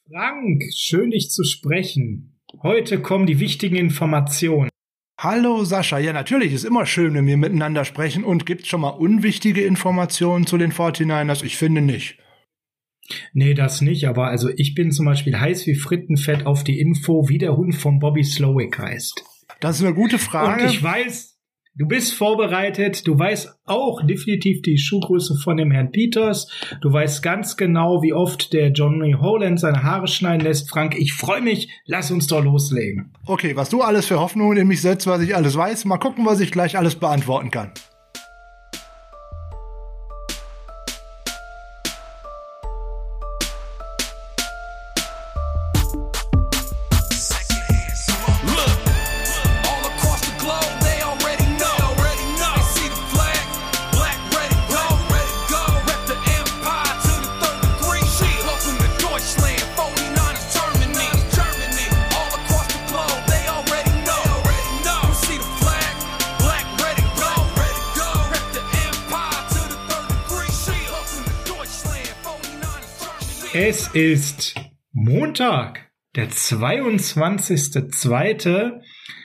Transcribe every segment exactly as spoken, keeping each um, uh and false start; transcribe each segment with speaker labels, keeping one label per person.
Speaker 1: Frank, schön dich zu sprechen. Heute kommen die wichtigen Informationen.
Speaker 2: Hallo Sascha, ja natürlich, ist immer schön, wenn wir miteinander sprechen. Und gibt's schon mal unwichtige Informationen zu den forty-niners? Ich finde nicht.
Speaker 1: Nee, das nicht, aber also ich bin zum Beispiel heiß wie Frittenfett auf die Info, wie der Hund von Bobby Slowick heißt.
Speaker 2: Das ist eine gute Frage.
Speaker 1: Und ich weiß, du bist vorbereitet, du weißt auch definitiv die Schuhgröße von dem Herrn Peters, du weißt ganz genau, wie oft der Johnny Holland seine Haare schneiden lässt. Frank, ich freue mich, lass uns doch loslegen.
Speaker 2: Okay, was du alles für Hoffnungen in mich setzt, was ich alles weiß, mal gucken, was ich gleich alles beantworten kann.
Speaker 1: Es ist Montag, der zweiundzwanzigster zweiter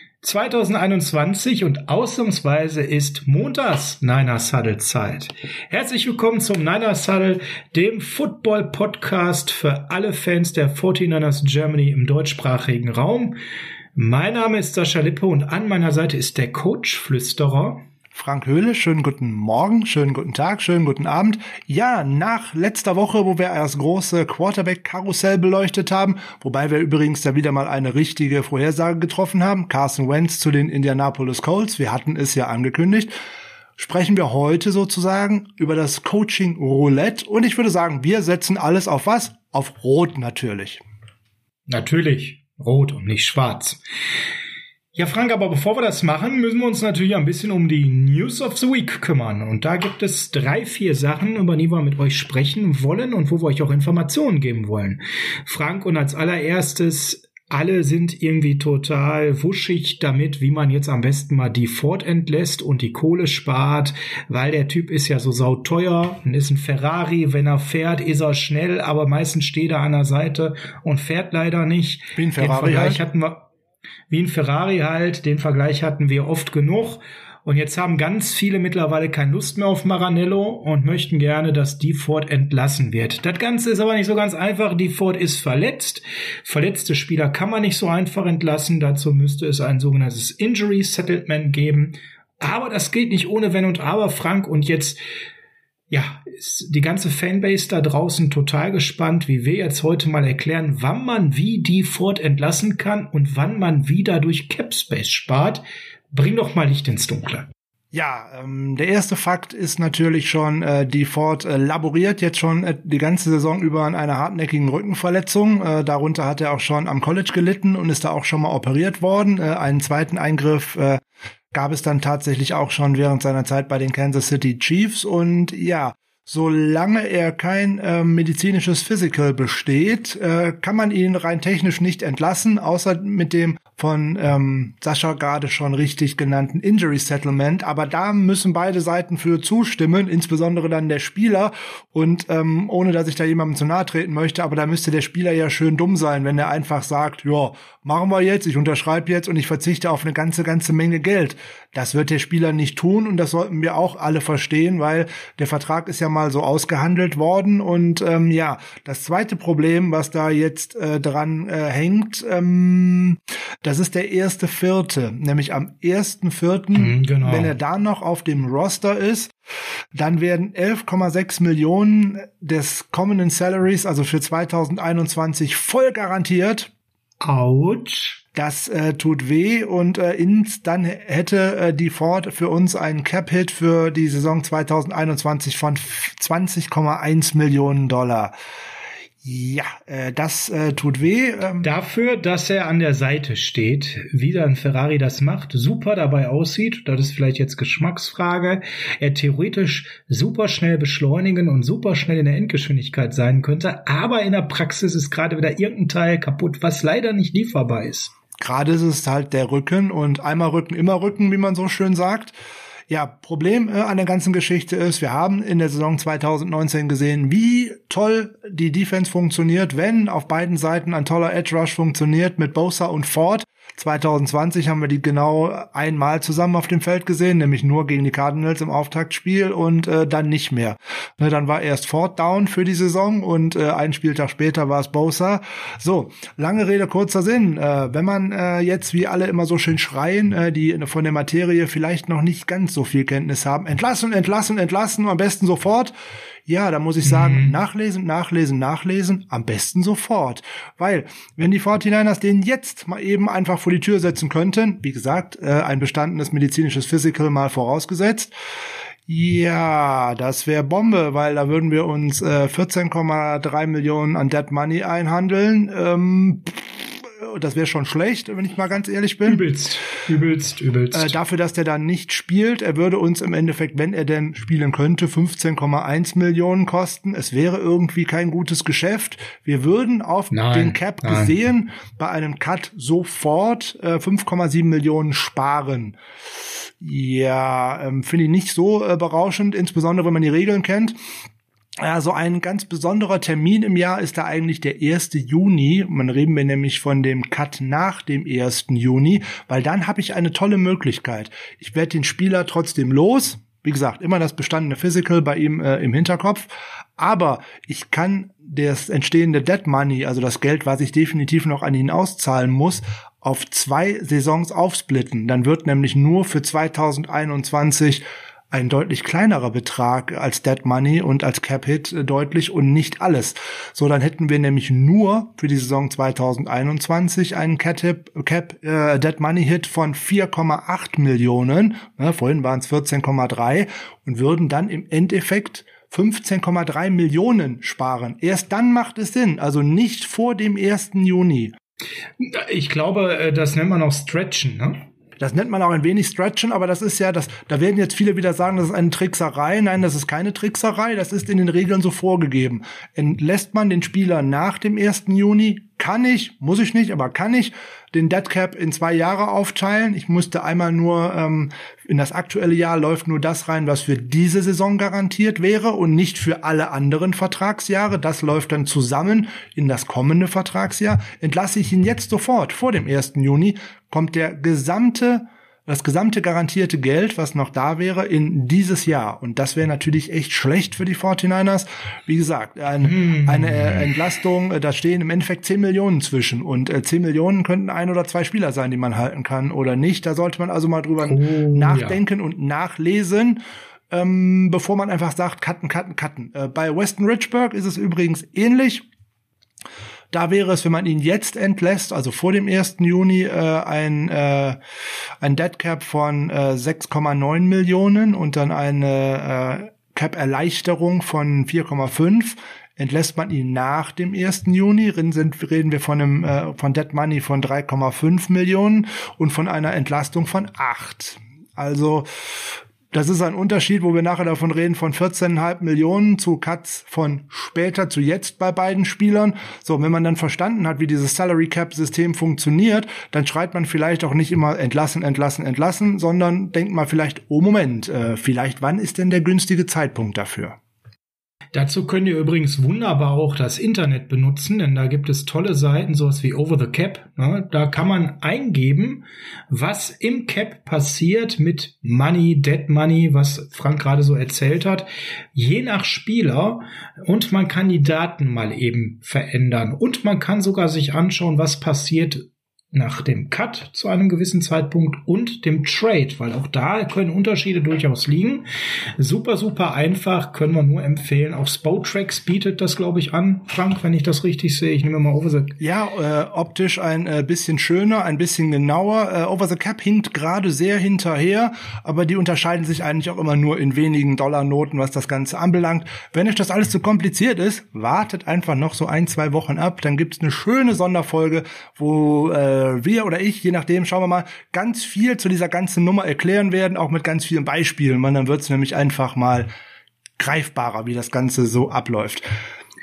Speaker 1: zweitausendeinundzwanzig und ausnahmsweise ist Montags Niners Huddle Zeit. Herzlich willkommen zum Niners Huddle, dem Football-Podcast für alle Fans der forty-niners Germany im deutschsprachigen Raum. Mein Name ist Sascha Lippe und an meiner Seite ist der Coach-Flüsterer
Speaker 2: Frank Höhle, schönen guten Morgen, schönen guten Tag, schönen guten Abend. Ja, nach letzter Woche, wo wir das große Quarterback-Karussell beleuchtet haben, wobei wir übrigens da wieder mal eine richtige Vorhersage getroffen haben, Carson Wentz zu den Indianapolis Colts, wir hatten es ja angekündigt, sprechen wir heute sozusagen über das Coaching-Roulette und ich würde sagen, wir setzen alles auf was? Auf Rot natürlich.
Speaker 1: Natürlich, Rot und nicht Schwarz. Ja, Frank, aber bevor wir das machen, müssen wir uns natürlich ein bisschen um die News of the Week kümmern. Und da gibt es drei, vier Sachen, über die wir mit euch sprechen wollen und wo wir euch auch Informationen geben wollen. Frank, und als allererstes, alle sind irgendwie total wuschig damit, wie man jetzt am besten mal die Ford entlässt und die Kohle spart, weil der Typ ist ja so sauteuer und ist ein Ferrari. Wenn er fährt, ist er schnell, aber meistens steht er an der Seite und fährt leider nicht.
Speaker 2: Wie ein Ferrari.
Speaker 1: Den Vergleich hatten wir Wie ein Ferrari halt, den Vergleich hatten wir oft genug. Und jetzt haben ganz viele mittlerweile keine Lust mehr auf Maranello und möchten gerne, dass die Ford entlassen wird. Das Ganze ist aber nicht so ganz einfach. Die Ford ist verletzt. Verletzte Spieler kann man nicht so einfach entlassen. Dazu müsste es ein sogenanntes Injury Settlement geben. Aber das geht nicht ohne Wenn und Aber, Frank. Und jetzt ja, ist die ganze Fanbase da draußen total gespannt, wie wir jetzt heute mal erklären, wann man wie die Ford entlassen kann und wann man wie dadurch Capspace spart. Bring doch mal Licht ins Dunkle.
Speaker 2: Ja, ähm, der erste Fakt ist natürlich schon, äh, die Ford äh, laboriert jetzt schon äh, die ganze Saison über an einer hartnäckigen Rückenverletzung. Äh, darunter hat er auch schon am College gelitten und ist da auch schon mal operiert worden. Äh, einen zweiten Eingriff äh, gab es dann tatsächlich auch schon während seiner Zeit bei den Kansas City Chiefs. Und ja, solange er kein äh, medizinisches Physical besteht, äh, kann man ihn rein technisch nicht entlassen, außer mit dem von ähm, Sascha gerade schon richtig genannten Injury Settlement. Aber da müssen beide Seiten für zustimmen, insbesondere dann der Spieler. Und ähm, ohne, dass ich da jemandem zu nahe treten möchte, aber da müsste der Spieler ja schön dumm sein, wenn er einfach sagt, ja, machen wir jetzt, ich unterschreibe jetzt und ich verzichte auf eine ganze, ganze Menge Geld. Das wird der Spieler nicht tun und das sollten wir auch alle verstehen, weil der Vertrag ist ja mal so ausgehandelt worden. Und ähm, ja, das zweite Problem, was da jetzt äh, dran äh, hängt, ähm, das ist der erste Vierte, nämlich am ersten Vierten,
Speaker 1: mhm, genau.
Speaker 2: Wenn er da noch auf dem Roster ist, dann werden elf Komma sechs Millionen des kommenden Salaries, also für zweitausendeinundzwanzig, voll garantiert.
Speaker 1: Autsch.
Speaker 2: Das äh, tut weh und äh, ins, dann hätte äh, die Ford für uns einen Cap-Hit für die Saison zweitausendeinundzwanzig von zwanzig Komma eins Millionen Dollar. Ja, äh, das äh, tut weh. Ähm.
Speaker 1: Dafür, dass er an der Seite steht, wie dann Ferrari das macht, super dabei aussieht, das ist vielleicht jetzt Geschmacksfrage, er theoretisch super schnell beschleunigen und super schnell in der Endgeschwindigkeit sein könnte, aber in der Praxis ist gerade wieder irgendein Teil kaputt, was leider nicht lieferbar ist.
Speaker 2: Gerade ist es halt der Rücken und einmal Rücken, immer Rücken, wie man so schön sagt. Ja, Problem äh, an der ganzen Geschichte ist, wir haben in der Saison zwanzig neunzehn gesehen, wie toll die Defense funktioniert, wenn auf beiden Seiten ein toller Edge Rush funktioniert mit Bosa und Ford. zwanzig zwanzig haben wir die genau einmal zusammen auf dem Feld gesehen, nämlich nur gegen die Cardinals im Auftaktspiel und äh, dann nicht mehr. Ne, dann war erst Ford down für die Saison und äh, einen Spieltag später war es Bosa. So, lange Rede, kurzer Sinn. Äh, wenn man äh, jetzt, wie alle immer so schön schreien, äh, die von der Materie vielleicht noch nicht ganz so viel Kenntnis haben, entlassen, entlassen, entlassen, am besten sofort. Ja, da muss ich sagen, mhm. nachlesen, nachlesen, nachlesen, am besten sofort. Weil, wenn die forty-niners den jetzt mal eben einfach vor die Tür setzen könnten, wie gesagt, äh, ein bestandenes medizinisches Physical mal vorausgesetzt, ja, das wäre Bombe, weil da würden wir uns äh, vierzehn Komma drei Millionen an Dead Money einhandeln. Ähm, das wäre schon schlecht, wenn ich mal ganz ehrlich bin.
Speaker 1: Übelst, übelst, übelst.
Speaker 2: Äh, dafür, dass der dann nicht spielt, er würde uns im Endeffekt, wenn er denn spielen könnte, fünfzehn Komma eins Millionen kosten. Es wäre irgendwie kein gutes Geschäft. Wir würden auf nein, den Cap nein. gesehen bei einem Cut sofort äh, fünf Komma sieben Millionen sparen. Ja, ähm, finde ich nicht so äh, berauschend, insbesondere wenn man die Regeln kennt. Ja, so ein ganz besonderer Termin im Jahr ist da eigentlich der erste Juni. Man reden wir nämlich von dem Cut nach dem ersten Juni, weil dann habe ich eine tolle Möglichkeit. Ich werde den Spieler trotzdem los. Wie gesagt, immer das bestandene Physical bei ihm äh, im Hinterkopf. Aber ich kann das entstehende Dead Money, also das Geld, was ich definitiv noch an ihn auszahlen muss, auf zwei Saisons aufsplitten. Dann wird nämlich nur für zwanzig einundzwanzig ein deutlich kleinerer Betrag als Dead Money und als Cap-Hit deutlich und nicht alles. So, dann hätten wir nämlich nur für die Saison zwanzig einundzwanzig einen Cap, Cap äh, Dead Money-Hit von vier Komma acht Millionen, ne, vorhin waren es vierzehn Komma drei, und würden dann im Endeffekt fünfzehn Komma drei Millionen sparen. Erst dann macht es Sinn, also nicht vor dem ersten Juni.
Speaker 1: Ich glaube, das nennt man auch Stretchen, ne?
Speaker 2: Das nennt man auch ein wenig Stretchen, aber das ist ja, das, da werden jetzt viele wieder sagen, das ist eine Trickserei. Nein, das ist keine Trickserei, das ist in den Regeln so vorgegeben. Entlässt man den Spieler nach dem ersten Juni, kann ich, muss ich nicht, aber kann ich den Dead Cap in zwei Jahre aufteilen. Ich musste einmal nur, ähm, in das aktuelle Jahr läuft nur das rein, was für diese Saison garantiert wäre und nicht für alle anderen Vertragsjahre. Das läuft dann zusammen in das kommende Vertragsjahr. Entlasse ich ihn jetzt sofort, vor dem ersten Juni, kommt der gesamte das gesamte garantierte Geld, was noch da wäre, in dieses Jahr. Und das wäre natürlich echt schlecht für die forty-niners. Wie gesagt, ein, hm. eine Entlastung, da stehen im Endeffekt zehn Millionen zwischen. Und äh, zehn Millionen könnten ein oder zwei Spieler sein, die man halten kann oder nicht. Da sollte man also mal drüber oh, nachdenken ja. und nachlesen, ähm, bevor man einfach sagt, cutten, cutten, cutten. Äh, bei Weston Richburg ist es übrigens ähnlich. Da wäre es, wenn man ihn jetzt entlässt, also vor dem ersten Juni, äh, ein äh, ein Dead Cap von äh, sechs Komma neun Millionen und dann eine äh, Cap-Erleichterung von vier Komma fünf. Entlässt man ihn nach dem ersten Juni, sind, reden wir von einem äh, von Dead Money von drei Komma fünf Millionen und von einer Entlastung von acht. Also das ist ein Unterschied, wo wir nachher davon reden, von vierzehn Komma fünf Millionen zu Cuts von später zu jetzt bei beiden Spielern. So, wenn man dann verstanden hat, wie dieses Salary Cap System funktioniert, dann schreit man vielleicht auch nicht immer entlassen, entlassen, entlassen, sondern denkt mal vielleicht, oh Moment, äh, vielleicht wann ist denn der günstige Zeitpunkt dafür?
Speaker 1: Dazu könnt ihr übrigens wunderbar auch das Internet benutzen, denn da gibt es tolle Seiten, sowas wie Over the Cap. Ne? Da kann man eingeben, was im Cap passiert mit Money, Dead Money, was Frank gerade so erzählt hat, je nach Spieler. Und man kann die Daten mal eben verändern. Und man kann sogar sich anschauen, was passiert nach dem Cut zu einem gewissen Zeitpunkt und dem Trade, weil auch da können Unterschiede durchaus liegen. Super, super einfach, können wir nur empfehlen. Auch Spotrax bietet das, glaube ich, an, Frank, wenn ich das richtig sehe. Ich nehme mal Over the...
Speaker 2: Ja, äh, optisch ein äh, bisschen schöner, ein bisschen genauer. Äh, Over the Cap hinkt gerade sehr hinterher, aber die unterscheiden sich eigentlich auch immer nur in wenigen Dollarnoten, was das Ganze anbelangt. Wenn euch das alles zu kompliziert ist, wartet einfach noch so ein, zwei Wochen ab, dann gibt's eine schöne Sonderfolge, wo äh, wir oder ich, je nachdem, schauen wir mal, ganz viel zu dieser ganzen Nummer erklären werden, auch mit ganz vielen Beispielen. Man, dann wird's nämlich einfach mal greifbarer, wie das Ganze so abläuft.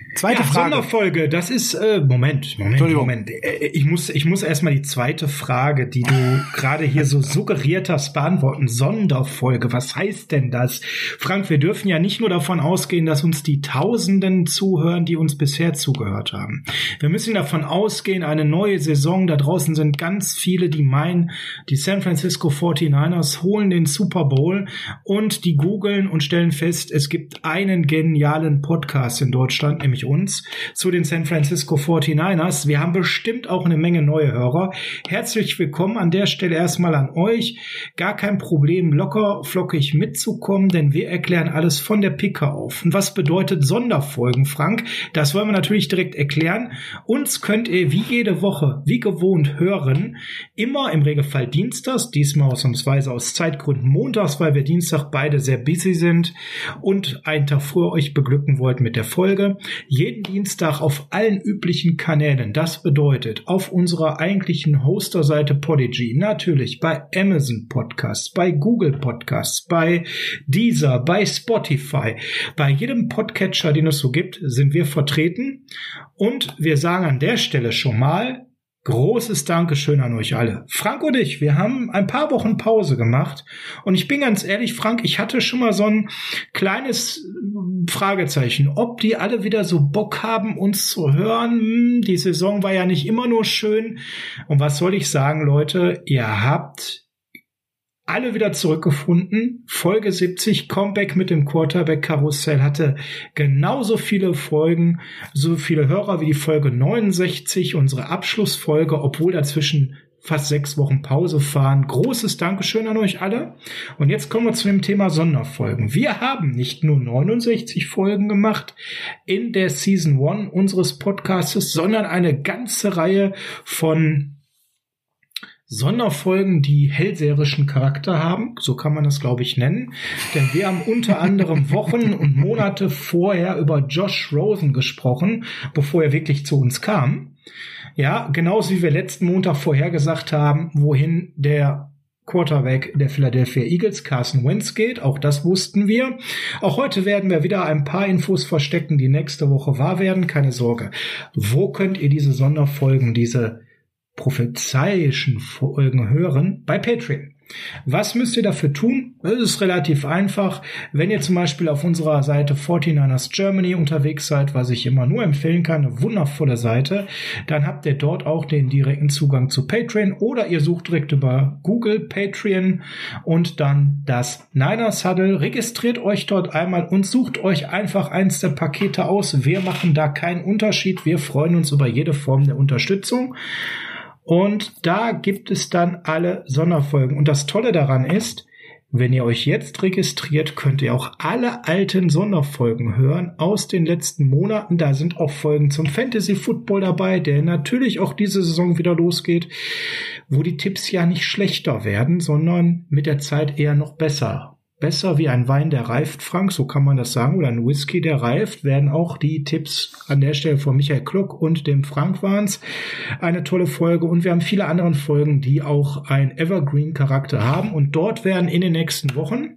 Speaker 2: Zweite
Speaker 1: ja,
Speaker 2: Frage.
Speaker 1: Sonderfolge, das ist, äh, Moment, Moment, Moment. Ich muss, ich muss erstmal die zweite Frage, die du gerade hier so suggeriert hast, beantworten. Sonderfolge, was heißt denn das? Frank, wir dürfen ja nicht nur davon ausgehen, dass uns die Tausenden zuhören, die uns bisher zugehört haben. Wir müssen davon ausgehen, eine neue Saison, da draußen sind ganz viele, die meinen, die San Francisco forty-niners holen den Super Bowl und die googeln und stellen fest, es gibt einen genialen Podcast in Deutschland, nämlich uns, zu den San Francisco forty-niners. Wir haben bestimmt auch eine Menge neue Hörer. Herzlich willkommen an der Stelle erstmal an euch. Gar kein Problem, locker flockig mitzukommen, denn wir erklären alles von der Pike auf. Und was bedeutet Sonderfolgen, Frank? Das wollen wir natürlich direkt erklären. Uns könnt ihr wie jede Woche, wie gewohnt, hören. Immer im Regelfall dienstags, diesmal ausnahmsweise aus Zeitgründen montags, weil wir Dienstag beide sehr busy sind und einen Tag früher euch beglücken wollten mit der Folge. Jeden Dienstag auf allen üblichen Kanälen. Das bedeutet auf unserer eigentlichen Hoster-Seite Podigy, natürlich bei Amazon Podcasts, bei Google Podcasts, bei Deezer, bei Spotify, bei jedem Podcatcher, den es so gibt, sind wir vertreten. Und wir sagen an der Stelle schon mal, großes Dankeschön an euch alle. Frank und ich, wir haben ein paar Wochen Pause gemacht und ich bin ganz ehrlich, Frank, ich hatte schon mal so ein kleines Fragezeichen, ob die alle wieder so Bock haben, uns zu hören. Die Saison war ja nicht immer nur schön. Und was soll ich sagen, Leute? Ihr habt alle wieder zurückgefunden. Folge siebzig, Comeback mit dem Quarterback-Karussell, hatte genauso viele Folgen, so viele Hörer wie die Folge neunundsechzig, unsere Abschlussfolge, obwohl dazwischen fast sechs Wochen Pause fahren. Großes Dankeschön an euch alle. Und jetzt kommen wir zu dem Thema Sonderfolgen. Wir haben nicht nur neunundsechzig Folgen gemacht in der Season eins unseres Podcastes, sondern eine ganze Reihe von Sonderfolgen, die hellseherischen Charakter haben, so kann man das, glaube ich, nennen. Denn wir haben unter anderem Wochen und Monate vorher über Josh Rosen gesprochen, bevor er wirklich zu uns kam. Ja, genauso wie wir letzten Montag vorhergesagt haben, wohin der Quarterback der Philadelphia Eagles, Carson Wentz, geht. Auch das wussten wir. Auch heute werden wir wieder ein paar Infos verstecken, die nächste Woche wahr werden. Keine Sorge. Wo könnt ihr diese Sonderfolgen, diese prophezeischen Folgen hören? Bei Patreon. Was müsst ihr dafür tun? Es ist relativ einfach. Wenn ihr zum Beispiel auf unserer Seite forty-niners Germany unterwegs seid, was ich immer nur empfehlen kann, eine wundervolle Seite, dann habt ihr dort auch den direkten Zugang zu Patreon oder ihr sucht direkt über Google Patreon und dann das Niners Huddle. Registriert euch dort einmal und sucht euch einfach eins der Pakete aus. Wir machen da keinen Unterschied. Wir freuen uns über jede Form der Unterstützung. Und da gibt es dann alle Sonderfolgen. Und das Tolle daran ist, wenn ihr euch jetzt registriert, könnt ihr auch alle alten Sonderfolgen hören aus den letzten Monaten. Da sind auch Folgen zum Fantasy Football dabei, der natürlich auch diese Saison wieder losgeht, wo die Tipps ja nicht schlechter werden, sondern mit der Zeit eher noch besser. Besser wie ein Wein, der reift, Frank, so kann man das sagen, oder ein Whisky, der reift, werden auch die Tipps an der Stelle von Michael Klock und dem Frank waren's. Eine tolle Folge und wir haben viele andere Folgen, die auch ein Evergreen-Charakter haben und dort werden in den nächsten Wochen,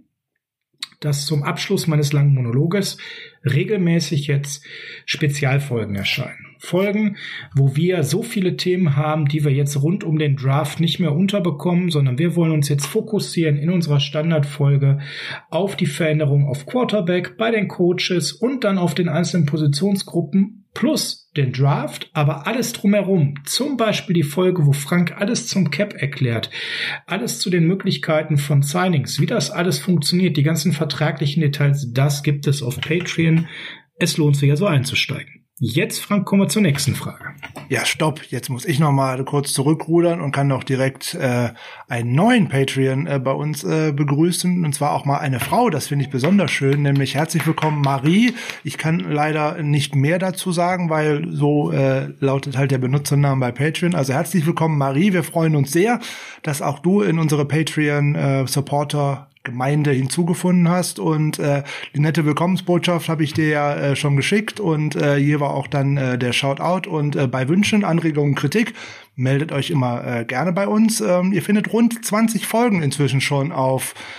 Speaker 1: das zum Abschluss meines langen Monologes, regelmäßig jetzt Spezialfolgen erscheinen. Folgen, wo wir so viele Themen haben, die wir jetzt rund um den Draft nicht mehr unterbekommen, sondern wir wollen uns jetzt fokussieren in unserer Standardfolge auf die Veränderung auf Quarterback, bei den Coaches und dann auf den einzelnen Positionsgruppen plus den Draft, aber alles drumherum. Zum Beispiel die Folge, wo Frank alles zum Cap erklärt, alles zu den Möglichkeiten von Signings, wie das alles funktioniert, die ganzen vertraglichen Details, das gibt es auf Patreon. Es lohnt sich also einzusteigen. Jetzt, Frank, kommen wir zur nächsten Frage.
Speaker 2: Ja, stopp. Jetzt muss ich noch mal kurz zurückrudern und kann noch direkt äh, einen neuen Patreon äh, bei uns äh, begrüßen. Und zwar auch mal eine Frau. Das finde ich besonders schön. Nämlich herzlich willkommen, Marie. Ich kann leider nicht mehr dazu sagen, weil so äh, lautet halt der Benutzername bei Patreon. Also herzlich willkommen, Marie. Wir freuen uns sehr, dass auch du in unsere Patreon-Supporter äh, Gemeinde hinzugefunden hast und äh, die nette Willkommensbotschaft habe ich dir ja äh, schon geschickt und äh, hier war auch dann äh, der Shoutout und äh, bei Wünschen, Anregungen, Kritik meldet euch immer äh, gerne bei uns. Ähm, ihr findet rund zwanzig Folgen inzwischen schon auf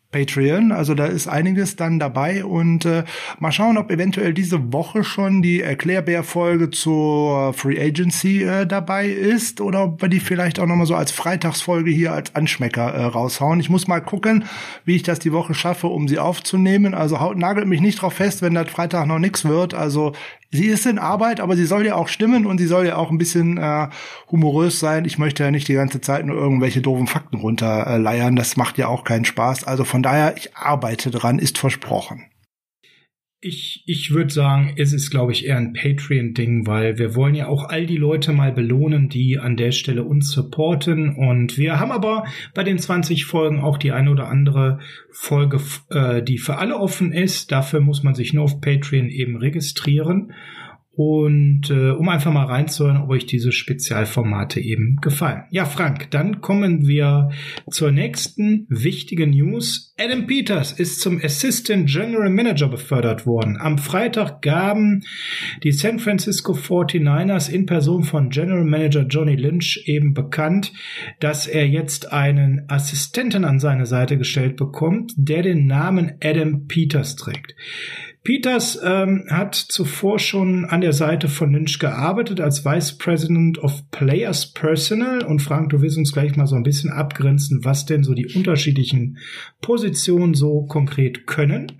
Speaker 2: Patreon. Also da ist einiges dann dabei und äh, mal schauen, ob eventuell diese Woche schon die Erklärbär-Folge zur Free Agency äh, dabei ist oder ob wir die vielleicht auch nochmal so als Freitagsfolge hier als Anschmecker äh, raushauen. Ich muss mal gucken, wie ich das die Woche schaffe, um sie aufzunehmen. Also haut, nagelt mich nicht drauf fest, wenn das Freitag noch nichts wird. Also sie ist in Arbeit, aber sie soll ja auch stimmen und sie soll ja auch ein bisschen äh, humorös sein. Ich möchte ja nicht die ganze Zeit nur irgendwelche doofen Fakten runterleiern. Das macht ja auch keinen Spaß. Also von daher, ich arbeite dran, ist versprochen.
Speaker 1: Ich, ich würde sagen, es ist, glaube ich, eher ein Patreon-Ding, weil wir wollen ja auch all die Leute mal belohnen, die an der Stelle uns supporten. Und wir haben aber bei den zwanzig Folgen auch die eine oder andere Folge, äh, die für alle offen ist. Dafür muss man sich nur auf Patreon eben registrieren. Und äh, um einfach mal reinzuhören, ob euch diese Spezialformate eben gefallen. Ja, Frank, dann kommen wir zur nächsten wichtigen News. Adam Peters ist zum Assistant General Manager befördert worden. Am Freitag gaben die San Francisco forty-niners in Person von General Manager Johnny Lynch eben bekannt, dass er jetzt einen Assistenten an seine Seite gestellt bekommt, der den Namen Adam Peters trägt. Peters ähm, hat zuvor schon an der Seite von Lynch gearbeitet als Vice President of Players Personnel. Und Frank, du willst uns gleich mal so ein bisschen abgrenzen, was denn so die unterschiedlichen Positionen so konkret können.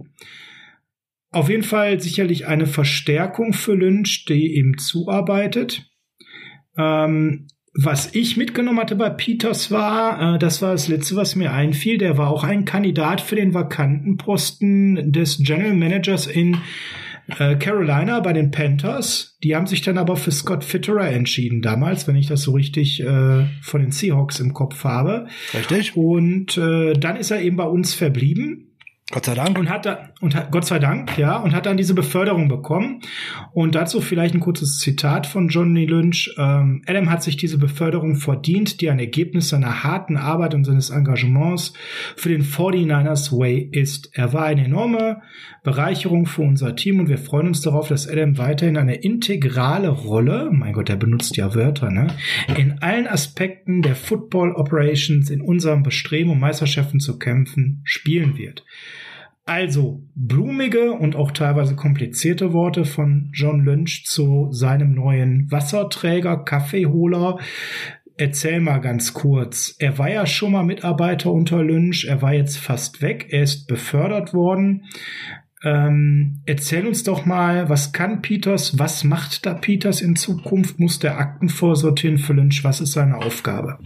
Speaker 1: Auf jeden Fall sicherlich eine Verstärkung für Lynch, die ihm zuarbeitet. Ähm, Was ich mitgenommen hatte bei Peters war, äh, das war das Letzte, was mir einfiel, der war auch ein Kandidat für den vakanten Posten des General Managers in äh, Carolina bei den Panthers. Die haben sich dann aber für Scott Fitterer entschieden damals, wenn ich das so richtig äh, von den Seahawks im Kopf habe.
Speaker 2: Richtig.
Speaker 1: Und äh, dann ist er eben bei uns verblieben.
Speaker 2: Gott sei Dank.
Speaker 1: Und hat da, und hat, Gott sei Dank, ja, und hat dann diese Beförderung bekommen. Und dazu vielleicht ein kurzes Zitat von Johnny Lynch. Ähm, Adam hat sich diese Beförderung verdient, die ein Ergebnis seiner harten Arbeit und seines Engagements für den forty-niners Way ist. Er war eine enorme Bereicherung für unser Team und wir freuen uns darauf, dass Adam weiterhin eine integrale Rolle, mein Gott, er benutzt ja Wörter, ne, in allen Aspekten der Football Operations in unserem Bestreben, um Meisterschaften zu kämpfen, spielen wird. Also blumige und auch teilweise komplizierte Worte von John Lynch zu seinem neuen Wasserträger, Kaffeeholer. Erzähl mal ganz kurz. Er war ja schon mal Mitarbeiter unter Lynch. Er war jetzt fast weg. Er ist befördert worden. Ähm, erzähl uns doch mal, was kann Peters? Was macht da Peters in Zukunft? Muss der Akten vorsortieren für Lynch? Was ist seine Aufgabe?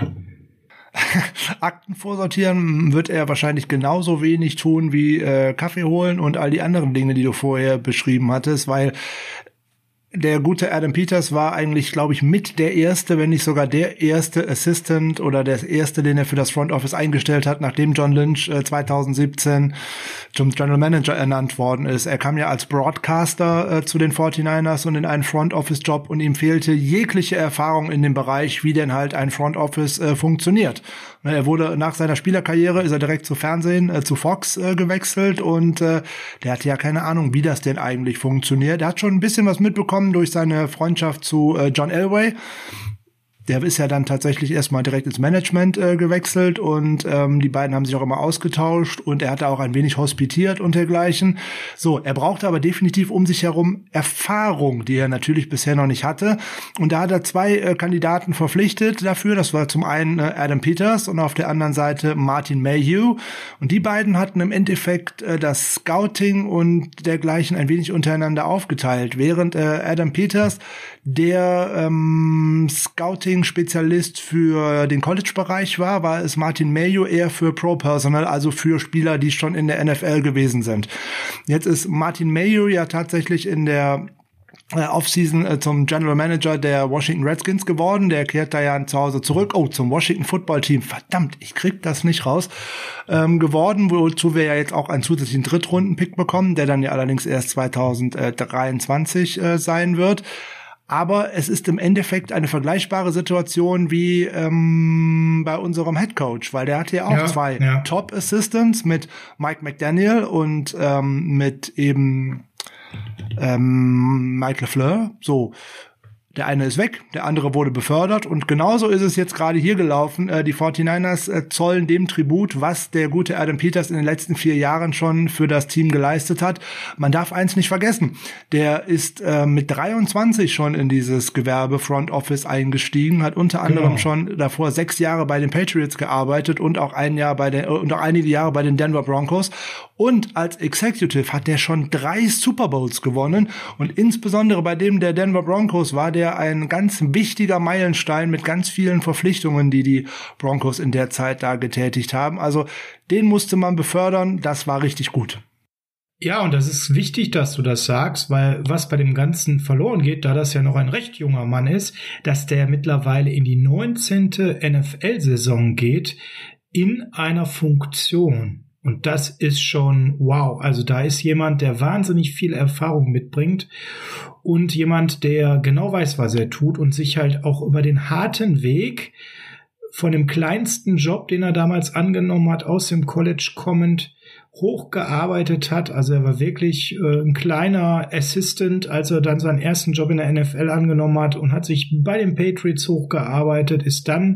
Speaker 2: Akten vorsortieren wird er wahrscheinlich genauso wenig tun wie äh, Kaffee holen und all die anderen Dinge, die du vorher beschrieben hattest, weil der gute Adam Peters war eigentlich, glaube ich, mit der erste, wenn nicht sogar der erste Assistant oder der erste, den er für das Front Office eingestellt hat, nachdem John Lynch äh, zwanzig siebzehn zum General Manager ernannt worden ist. Er kam ja als Broadcaster äh, zu den forty-niners und in einen Front Office Job und ihm fehlte jegliche Erfahrung in dem Bereich, wie denn halt ein Front Office äh, funktioniert. Er wurde nach seiner Spielerkarriere ist er direkt zu Fernsehen, äh, zu Fox äh, gewechselt und äh, der hatte ja keine Ahnung, wie das denn eigentlich funktioniert. Er hat schon ein bisschen was mitbekommen durch seine Freundschaft zu äh, John Elway. Der ist ja dann tatsächlich erstmal direkt ins Management äh, gewechselt und ähm, die beiden haben sich auch immer ausgetauscht und er hatte auch ein wenig hospitiert und dergleichen. So, er brauchte aber definitiv um sich herum Erfahrung, die er natürlich bisher noch nicht hatte. Und da hat er zwei äh, Kandidaten verpflichtet dafür. Das war zum einen äh, Adam Peters und auf der anderen Seite Martin Mayhew. Und die beiden hatten im Endeffekt äh, das Scouting und dergleichen ein wenig untereinander aufgeteilt. Während äh, Adam Peters der ähm, Scouting-Spezialist für den College-Bereich war, war es Martin Mayhew eher für Pro-Personal, also für Spieler, die schon in der N F L gewesen sind. Jetzt ist Martin Mayhew ja tatsächlich in der äh, Offseason äh, zum General Manager der Washington Redskins geworden. Der kehrt da ja zu Hause zurück. Oh, zum Washington Football Team. Verdammt, ich krieg das nicht raus. Ähm, geworden, wozu wir ja jetzt auch einen zusätzlichen Drittrunden-Pick bekommen, der dann ja allerdings erst zwanzig dreiundzwanzig äh, sein wird. Aber es ist im Endeffekt eine vergleichbare Situation wie ähm, bei unserem Headcoach, weil der hatte ja auch ja, zwei ja. Top-Assistants mit Mike McDaniel und ähm, mit eben ähm, Mike LaFleur. So, Der eine ist weg, der andere wurde befördert und genauso ist es jetzt gerade hier gelaufen. Äh, die forty-niners äh, zollen dem Tribut, was der gute Adam Peters in den letzten vier Jahren schon für das Team geleistet hat. Man darf eins nicht vergessen, der ist äh, mit dreiundzwanzig schon in dieses Gewerbe Front Office eingestiegen, hat unter anderem genau. schon davor sechs Jahre bei den Patriots gearbeitet und auch ein Jahr bei den, und auch einige Jahre bei den Denver Broncos. Und als Executive hat der schon drei Super Bowls gewonnen und insbesondere bei dem der Denver Broncos war der ein ganz wichtiger Meilenstein mit ganz vielen Verpflichtungen, die die Broncos in der Zeit da getätigt haben. Also den musste man befördern, das war richtig gut.
Speaker 1: Ja, und das ist wichtig, dass du das sagst, weil was bei dem Ganzen verloren geht, da das ja noch ein recht junger Mann ist, dass der mittlerweile in die neunzehnte N F L-Saison geht in einer Funktion. Und das ist schon wow. Also da ist jemand, der wahnsinnig viel Erfahrung mitbringt und jemand, der genau weiß, was er tut und sich halt auch über den harten Weg von dem kleinsten Job, den er damals angenommen hat, aus dem College kommend, hochgearbeitet hat. Also er war wirklich äh, ein kleiner Assistant, als er dann seinen ersten Job in der N F L angenommen hat und hat sich bei den Patriots hochgearbeitet, ist dann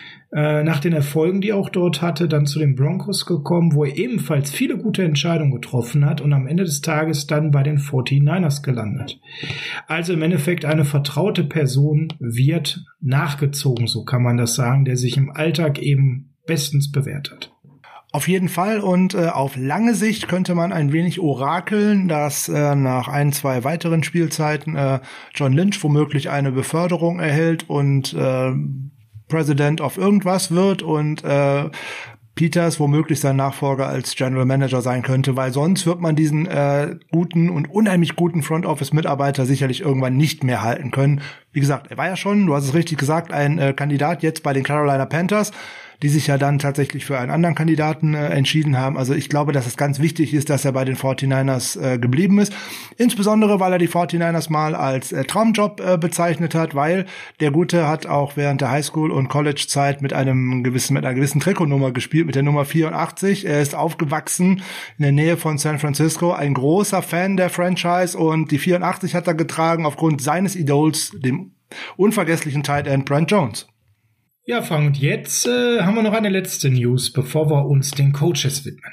Speaker 1: nach den Erfolgen, die er auch dort hatte, dann zu den Broncos gekommen, wo er ebenfalls viele gute Entscheidungen getroffen hat und am Ende des Tages dann bei den forty-niners gelandet. Also im Endeffekt eine vertraute Person wird nachgezogen, so kann man das sagen, der sich im Alltag eben bestens bewährt hat.
Speaker 2: Auf jeden Fall und äh, auf lange Sicht könnte man ein wenig orakeln, dass äh, nach ein, zwei weiteren Spielzeiten äh, John Lynch womöglich eine Beförderung erhält und äh, President of irgendwas wird und äh, Peters womöglich sein Nachfolger als General Manager sein könnte, weil sonst wird man diesen äh, guten und unheimlich guten Front Office Mitarbeiter sicherlich irgendwann nicht mehr halten können. Wie gesagt, er war ja schon, du hast es richtig gesagt, ein äh, Kandidat jetzt bei den Carolina Panthers, die sich ja dann tatsächlich für einen anderen Kandidaten äh, entschieden haben. Also ich glaube, dass es ganz wichtig ist, dass er bei den forty-niners äh, geblieben ist. Insbesondere, weil er die forty-niners mal als äh, Traumjob äh, bezeichnet hat, weil der Gute hat auch während der Highschool- und College-Zeit mit einem gewissen, mit einer gewissen Trikotnummer gespielt, mit der Nummer vierundachtzig. Er ist aufgewachsen in der Nähe von San Francisco, ein großer Fan der Franchise und die vierundachtzig hat er getragen aufgrund seines Idols, dem unvergesslichen Tight End Brent Jones.
Speaker 1: Ja, Frank, und jetzt äh, haben wir noch eine letzte News, bevor wir uns den Coaches widmen.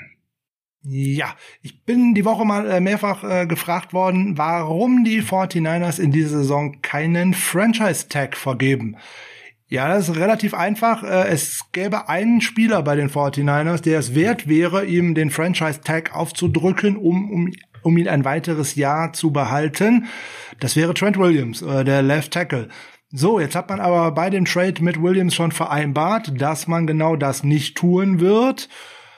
Speaker 2: Ja, ich bin die Woche mal äh, mehrfach äh, gefragt worden, warum die forty-niners in dieser Saison keinen Franchise-Tag vergeben. Ja, das ist relativ einfach. Äh, es gäbe einen Spieler bei den forty-niners, der es wert wäre, ihm den Franchise-Tag aufzudrücken, um, um, um ihn ein weiteres Jahr zu behalten. Das wäre Trent Williams, äh, der Left Tackle. So, jetzt hat man aber bei dem Trade mit Williams schon vereinbart, dass man genau das nicht tun wird.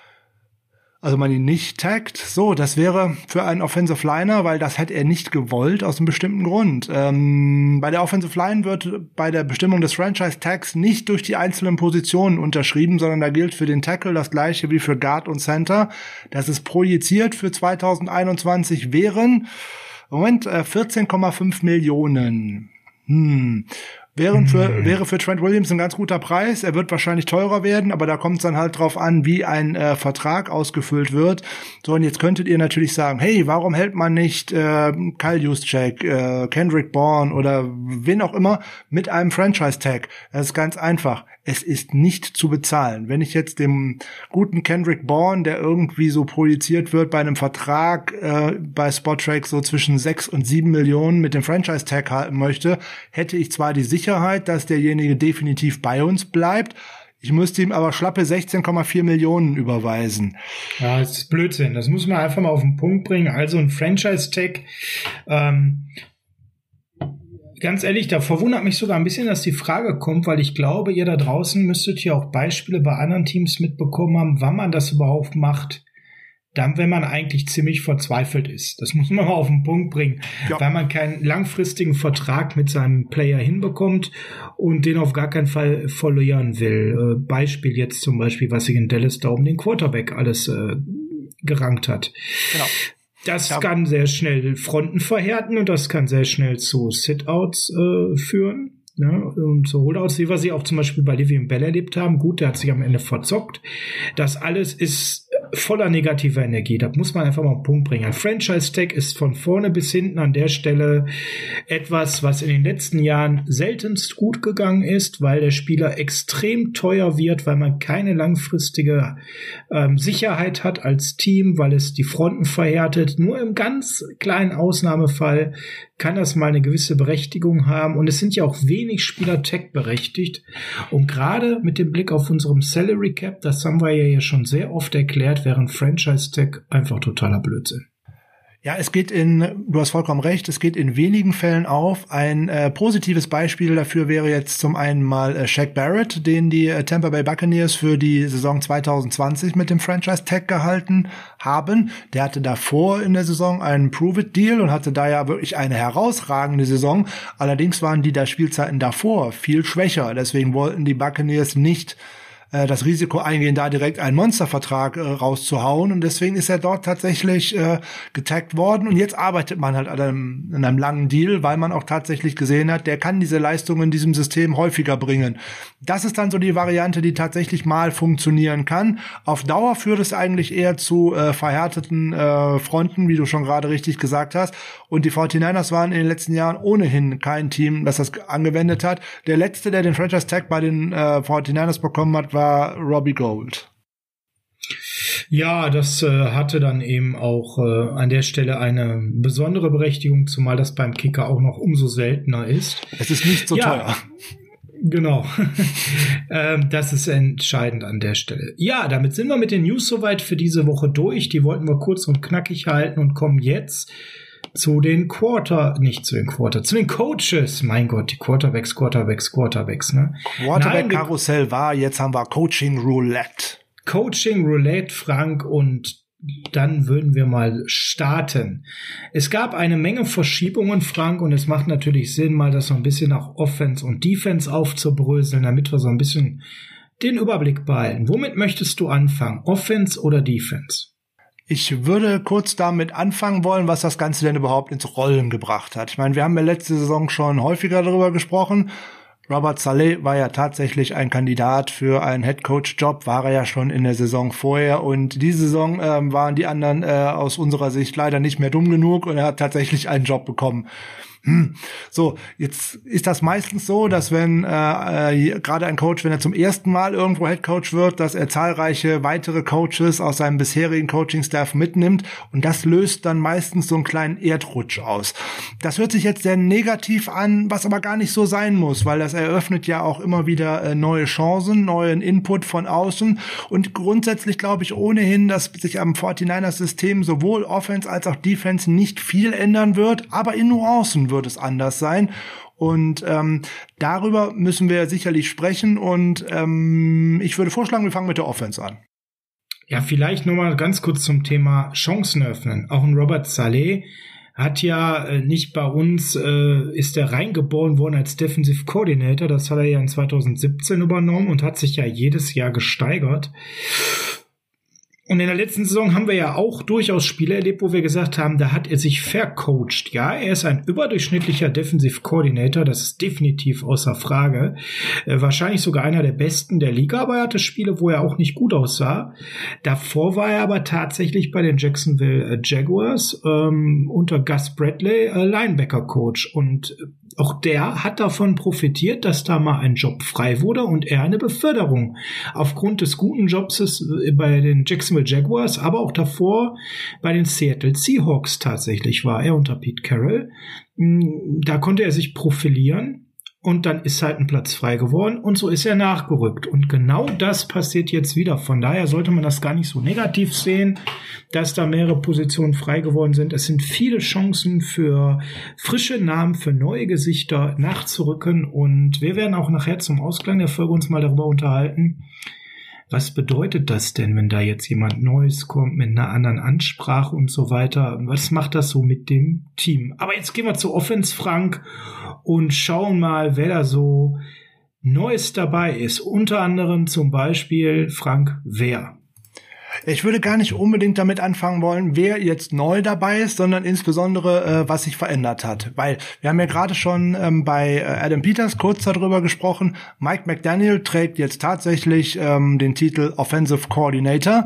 Speaker 2: Also man ihn nicht taggt. So, das wäre für einen Offensive Liner, weil das hätte er nicht gewollt, aus einem bestimmten Grund. Ähm, bei der Offensive Line wird bei der Bestimmung des Franchise-Tags nicht durch die einzelnen Positionen unterschrieben, sondern da gilt für den Tackle das gleiche wie für Guard und Center. Das ist projiziert für zwanzig einundzwanzig wären, Moment, äh, vierzehn Komma fünf Millionen. Hm. Wären für, wäre für Trent Williams ein ganz guter Preis. Er wird wahrscheinlich teurer werden, aber da kommt es dann halt drauf an, wie ein äh, Vertrag ausgefüllt wird. So, und jetzt könntet ihr natürlich sagen, hey, warum hält man nicht äh, Kyle Juszczyk, äh, Kendrick Bourne oder wen auch immer mit einem Franchise-Tag? Das ist ganz einfach. Es ist nicht zu bezahlen. Wenn ich jetzt dem guten Kendrick Bourne, der irgendwie so projiziert wird bei einem Vertrag äh, bei Spotrac so zwischen sechs und sieben Millionen mit dem Franchise-Tag halten möchte, hätte ich zwar die Sicherheit, dass derjenige definitiv bei uns bleibt, ich müsste ihm aber schlappe sechzehn Komma vier Millionen überweisen.
Speaker 1: Ja, das ist Blödsinn. Das muss man einfach mal auf den Punkt bringen. Also ein Franchise-Tag, ähm, ganz ehrlich, da verwundert mich sogar ein bisschen, dass die Frage kommt, weil ich glaube, ihr da draußen müsstet ja auch Beispiele bei anderen Teams mitbekommen haben, wann man das überhaupt macht, dann, wenn man eigentlich ziemlich verzweifelt ist. Das muss man mal auf den Punkt bringen, ja. Weil man keinen langfristigen Vertrag mit seinem Player hinbekommt und den auf gar keinen Fall verlieren will. Äh, Beispiel jetzt zum Beispiel, was sich in Dallas da um den Quarterback alles äh, gerankt hat. Genau. Das ja. kann sehr schnell Fronten verhärten und das kann sehr schnell zu Sit-Outs äh, führen. Ne, und so Holdouts, wie wir sie auch zum Beispiel bei Le'Veon Bell erlebt haben. Gut, der hat sich am Ende verzockt. Das alles ist voller negativer Energie. Da muss man einfach mal auf den Punkt bringen. Ein Franchise-Tag ist von vorne bis hinten an der Stelle etwas, was in den letzten Jahren seltenst gut gegangen ist, weil der Spieler extrem teuer wird, weil man keine langfristige ähm, Sicherheit hat als Team, weil es die Fronten verhärtet. Nur im ganz kleinen Ausnahmefall kann das mal eine gewisse Berechtigung haben. Und es sind ja auch wenig Spieler Tag berechtigt. Und gerade mit dem Blick auf unserem Salary Cap, das haben wir ja hier schon sehr oft erklärt, wäre ein Franchise Tag einfach totaler Blödsinn.
Speaker 2: Ja, es geht in, du hast vollkommen recht, es geht in wenigen Fällen auf. Ein äh, positives Beispiel dafür wäre jetzt zum einen mal äh, Shaq Barrett, den die äh, Tampa Bay Buccaneers für die Saison zwanzig zwanzig mit dem Franchise-Tag gehalten haben. Der hatte davor in der Saison einen Prove-It-Deal und hatte da ja wirklich eine herausragende Saison. Allerdings waren die da Spielzeiten davor viel schwächer. Deswegen wollten die Buccaneers nicht das Risiko eingehen, da direkt einen Monstervertrag äh, rauszuhauen. Und deswegen ist er dort tatsächlich äh, getaggt worden. Und jetzt arbeitet man halt an einem, an einem langen Deal, weil man auch tatsächlich gesehen hat, der kann diese Leistungen in diesem System häufiger bringen. Das ist dann so die Variante, die tatsächlich mal funktionieren kann. Auf Dauer führt es eigentlich eher zu äh, verhärteten äh, Fronten, wie du schon gerade richtig gesagt hast. Und die forty-niners waren in den letzten Jahren ohnehin kein Team, das das angewendet hat. Der letzte, der den Franchise-Tag bei den äh, forty-niners bekommen hat, war Robbie Gould.
Speaker 1: Ja, das äh, hatte dann eben auch äh, an der Stelle eine besondere Berechtigung, zumal das beim Kicker auch noch umso seltener ist.
Speaker 2: Es ist nicht so ja, teuer.
Speaker 1: Genau. ähm, das ist entscheidend an der Stelle. Ja, damit sind wir mit den News soweit für diese Woche durch. Die wollten wir kurz und knackig halten und kommen jetzt zu den Quarter, nicht zu den Quarter, zu den Coaches. Mein Gott, die Quarterbacks, Quarterbacks, Quarterbacks, ne?
Speaker 2: Quarterback-Karussell war, jetzt haben wir Coaching Roulette.
Speaker 1: Coaching Roulette, Frank, und dann würden wir mal starten. Es gab eine Menge Verschiebungen, Frank, und es macht natürlich Sinn, mal das so ein bisschen nach Offense und Defense aufzubröseln, damit wir so ein bisschen den Überblick behalten. Womit möchtest du anfangen? Offense oder Defense?
Speaker 2: Ich würde kurz damit anfangen wollen, was das Ganze denn überhaupt ins Rollen gebracht hat. Ich meine, wir haben ja letzte Saison schon häufiger darüber gesprochen. Robert Saleh war ja tatsächlich ein Kandidat für einen Headcoach-Job, war er ja schon in der Saison vorher. Und diese Saison ähm, waren die anderen äh, aus unserer Sicht leider nicht mehr dumm genug und er hat tatsächlich einen Job bekommen. Hm. So, jetzt ist das meistens so, dass wenn äh, äh, gerade ein Coach, wenn er zum ersten Mal irgendwo Headcoach wird, dass er zahlreiche weitere Coaches aus seinem bisherigen Coaching-Staff mitnimmt und das löst dann meistens so einen kleinen Erdrutsch aus. Das hört sich jetzt sehr negativ an, was aber gar nicht so sein muss, weil das eröffnet ja auch immer wieder äh, neue Chancen, neuen Input von außen und grundsätzlich glaube ich ohnehin, dass sich am forty-niners-System sowohl Offense als auch Defense nicht viel ändern wird, aber in Nuancen wird es anders sein. Und ähm, darüber müssen wir sicherlich sprechen. Und ähm, ich würde vorschlagen, wir fangen mit der Offense an.
Speaker 1: Ja, vielleicht nur mal ganz kurz zum Thema Chancen öffnen. Auch ein Robert Saleh hat ja äh, nicht bei uns, äh, ist er reingeboren worden als Defensive Coordinator. Das hat er ja in zwanzig siebzehn übernommen und hat sich ja jedes Jahr gesteigert. Und in der letzten Saison haben wir ja auch durchaus Spiele erlebt, wo wir gesagt haben, da hat er sich vercoacht. Ja, er ist ein überdurchschnittlicher Defensive Coordinator, das ist definitiv außer Frage. Äh, wahrscheinlich sogar einer der besten der Liga, aber er hatte Spiele, wo er auch nicht gut aussah. Davor war er aber tatsächlich bei den Jacksonville Jaguars ähm, unter Gus Bradley äh, Linebacker-Coach. Und auch der hat davon profitiert, dass da mal ein Job frei wurde und er eine Beförderung aufgrund des guten Jobs bei den Jacksonville Jaguars, aber auch davor bei den Seattle Seahawks tatsächlich war er unter Pete Carroll. Da konnte er sich profilieren und dann ist halt ein Platz frei geworden und so ist er nachgerückt. Und genau das passiert jetzt wieder. Von daher sollte man das gar nicht so negativ sehen, dass da mehrere Positionen frei geworden sind. Es sind viele Chancen für frische Namen, für neue Gesichter nachzurücken und wir werden auch nachher zum Ausklang der Folge uns mal darüber unterhalten, was bedeutet das denn, wenn da jetzt jemand Neues kommt mit einer anderen Ansprache und so weiter? Was macht das so mit dem Team? Aber jetzt gehen wir zu Offense, Frank, und schauen mal, wer da so Neues dabei ist. Unter anderem zum Beispiel, Frank, wer?
Speaker 2: Ich würde gar nicht unbedingt damit anfangen wollen, wer jetzt neu dabei ist, sondern insbesondere, äh, was sich verändert hat. Weil wir haben ja gerade schon ähm, bei äh, Adam Peters kurz darüber gesprochen. Mike McDaniel trägt jetzt tatsächlich ähm, den Titel Offensive Coordinator.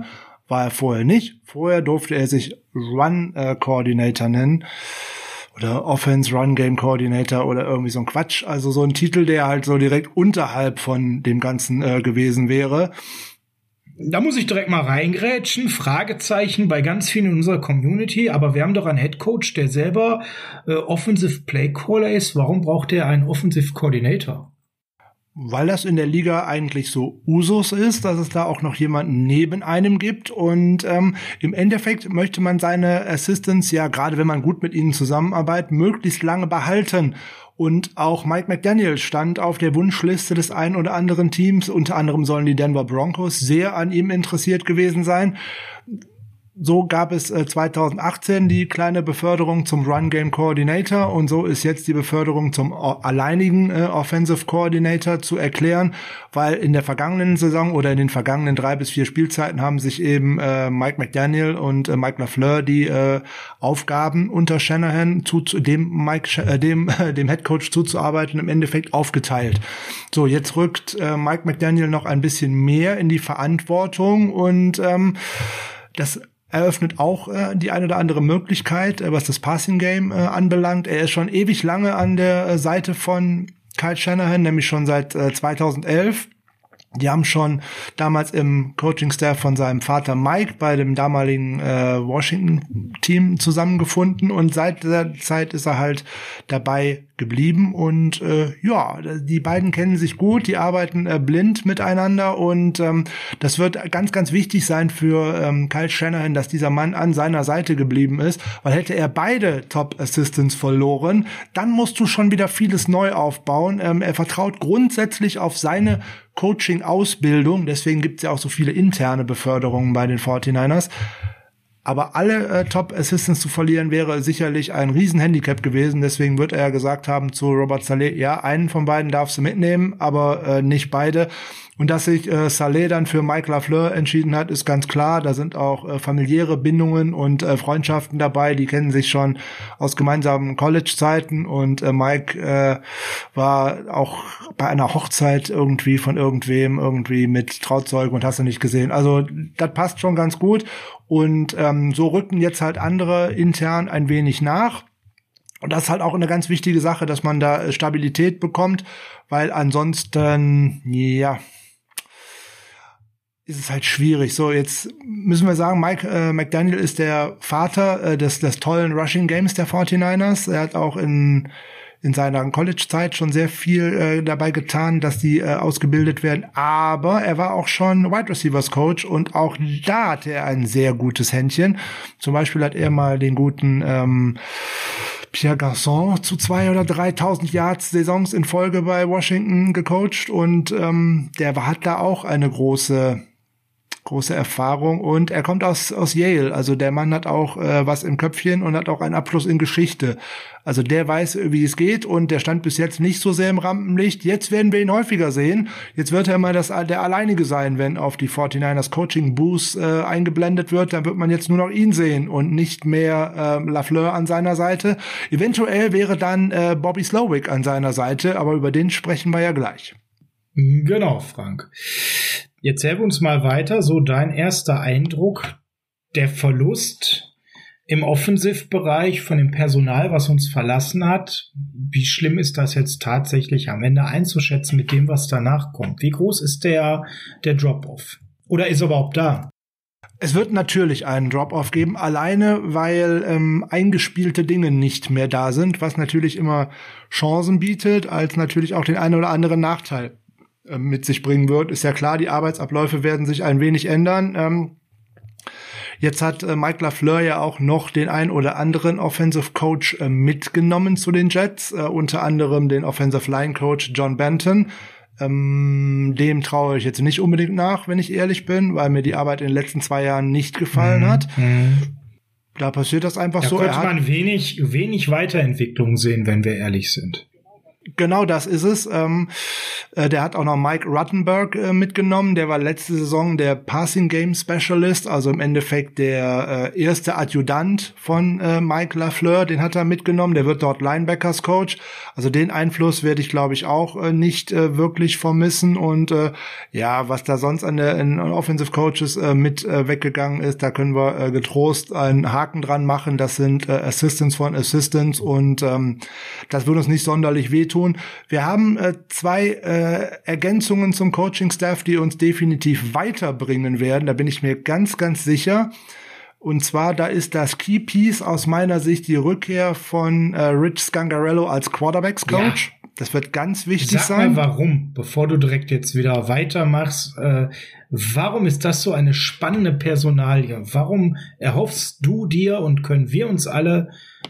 Speaker 2: war er vorher nicht. Vorher durfte er sich Run-Coordinator nennen. Oder Offense Run Game Coordinator oder irgendwie so ein Quatsch. Also so ein Titel, der halt so direkt unterhalb von dem Ganzen äh, gewesen wäre.
Speaker 1: Da muss ich direkt mal reingrätschen. Fragezeichen bei ganz vielen in unserer Community. Aber wir haben doch einen Headcoach, der selber äh, Offensive Play Caller ist. Warum braucht er einen Offensive Coordinator?
Speaker 2: Weil das in der Liga eigentlich so Usus ist, dass es da auch noch jemanden neben einem gibt. Und ähm, im Endeffekt möchte man seine Assistants ja, gerade wenn man gut mit ihnen zusammenarbeitet, möglichst lange behalten. Und auch Mike McDaniel stand auf der Wunschliste des einen oder anderen Teams. Unter anderem sollen die Denver Broncos sehr an ihm interessiert gewesen sein. So gab es äh, zwanzig achtzehn die kleine Beförderung zum Run Game Coordinator und so ist jetzt die Beförderung zum o- alleinigen äh, Offensive Coordinator zu erklären, weil in der vergangenen Saison oder in den vergangenen drei bis vier Spielzeiten haben sich eben äh, Mike McDaniel und äh, Mike LaFleur die äh, Aufgaben unter Shanahan zu, zu dem Mike äh, dem äh, dem Headcoach zuzuarbeiten im Endeffekt aufgeteilt. So, jetzt rückt äh, Mike McDaniel noch ein bisschen mehr in die Verantwortung und ähm, das eröffnet auch äh, die eine oder andere Möglichkeit, äh, was das Passing Game äh, anbelangt. Er ist schon ewig lange an der äh, Seite von Kyle Shanahan, nämlich schon seit äh, zweitausendelf. Die haben schon damals im Coaching-Staff von seinem Vater Mike bei dem damaligen äh, Washington-Team zusammengefunden und seit der Zeit ist er halt dabei geblieben und äh, ja, die beiden kennen sich gut, die arbeiten äh, blind miteinander und ähm, das wird ganz, ganz wichtig sein für ähm, Kyle Shanahan, dass dieser Mann an seiner Seite geblieben ist, weil hätte er beide Top-Assistants verloren, dann musst du schon wieder vieles neu aufbauen. Ähm, er vertraut grundsätzlich auf seine Coaching-Ausbildung, deswegen gibt es ja auch so viele interne Beförderungen bei den forty-niners. Aber alle äh, Top-Assistants zu verlieren, wäre sicherlich ein Riesenhandicap gewesen. Deswegen wird er ja gesagt haben zu Robert Saleh, ja, einen von beiden darfst du mitnehmen, aber äh, nicht beide. Und dass sich äh, Saleh dann für Mike LaFleur entschieden hat, ist ganz klar. Da sind auch äh, familiäre Bindungen und äh, Freundschaften dabei. Die kennen sich schon aus gemeinsamen College-Zeiten. Und äh, Mike äh, war auch bei einer Hochzeit irgendwie von irgendwem irgendwie mit Trauzeugen und hast du nicht gesehen. Also das passt schon ganz gut. Und ähm, so rücken jetzt halt andere intern ein wenig nach. Und das ist halt auch eine ganz wichtige Sache, dass man da Stabilität bekommt, weil ansonsten, ja, ist es halt schwierig. So, jetzt müssen wir sagen, Mike äh, McDaniel ist der Vater äh, des, des tollen Rushing Games der forty-niners. Er hat auch in in seiner College-Zeit schon sehr viel äh, dabei getan, dass die äh, ausgebildet werden. Aber er war auch schon Wide Receivers Coach und auch da hatte er ein sehr gutes Händchen. Zum Beispiel hat er mal den guten ähm, Pierre Garçon zu zwei oder dreitausend Yards Saisons in Folge bei Washington gecoacht und ähm, der hat da auch eine große große Erfahrung und er kommt aus aus Yale, also der Mann hat auch äh, was im Köpfchen und hat auch einen Abschluss in Geschichte. Also der weiß, wie es geht und der stand bis jetzt nicht so sehr im Rampenlicht. Jetzt werden wir ihn häufiger sehen. Jetzt wird er mal das der Alleinige sein, wenn auf die forty-niners Coaching Booth äh, eingeblendet wird, dann wird man jetzt nur noch ihn sehen und nicht mehr äh, LaFleur an seiner Seite. Eventuell wäre dann äh, Bobby Slowick an seiner Seite, aber über den sprechen wir ja gleich.
Speaker 1: Genau, Frank. Jetzt helf uns mal weiter. So dein erster Eindruck, der Verlust im Offensive-Bereich von dem Personal, was uns verlassen hat. Wie schlimm ist das jetzt tatsächlich am Ende einzuschätzen mit dem, was danach kommt? Wie groß ist der, der Drop-Off? Oder ist er überhaupt da?
Speaker 2: Es wird natürlich einen Drop-Off geben, alleine weil ähm, eingespielte Dinge nicht mehr da sind, was natürlich immer Chancen bietet, als natürlich auch den einen oder anderen Nachteil mit sich bringen wird. Ist ja klar, die Arbeitsabläufe werden sich ein wenig ändern. Ähm, jetzt hat äh, Mike LaFleur ja auch noch den ein oder anderen Offensive Coach äh, mitgenommen zu den Jets, äh, unter anderem den Offensive Line Coach John Benton. Ähm, dem traue ich jetzt nicht unbedingt nach, wenn ich ehrlich bin, weil mir die Arbeit in den letzten zwei Jahren nicht gefallen mhm. hat. Da passiert das einfach
Speaker 1: da
Speaker 2: so.
Speaker 1: Da könnte
Speaker 2: er hat
Speaker 1: man wenig, wenig Weiterentwicklung sehen, wenn wir ehrlich sind.
Speaker 2: Genau das ist es. Ähm, äh, der hat auch noch Mike Ruttenberg äh, mitgenommen. Der war letzte Saison der Passing Game Specialist, also im Endeffekt der äh, erste Adjutant von äh, Mike LaFleur. Den hat er mitgenommen. Der wird dort Linebackers Coach. Also den Einfluss werde ich, glaube ich, auch äh, nicht äh, wirklich vermissen. Und äh, ja, was da sonst an der in, an Offensive Coaches äh, mit äh, weggegangen ist, da können wir äh, getrost einen Haken dran machen. Das sind äh, Assistants von Assistants und ähm, das würde uns nicht sonderlich wehtun. Wir haben äh, zwei äh, Ergänzungen zum Coaching-Staff, die uns definitiv weiterbringen werden. Da bin ich mir ganz, ganz sicher. Und zwar, da ist das Key Piece aus meiner Sicht die Rückkehr von äh, Rich Scangarello als Quarterbacks-Coach. Ja. Das wird ganz wichtig
Speaker 1: Sag
Speaker 2: sein.
Speaker 1: Mal warum, bevor du direkt jetzt wieder weitermachst. Äh, warum ist das so eine spannende Personalie? Warum erhoffst du dir und können wir uns alle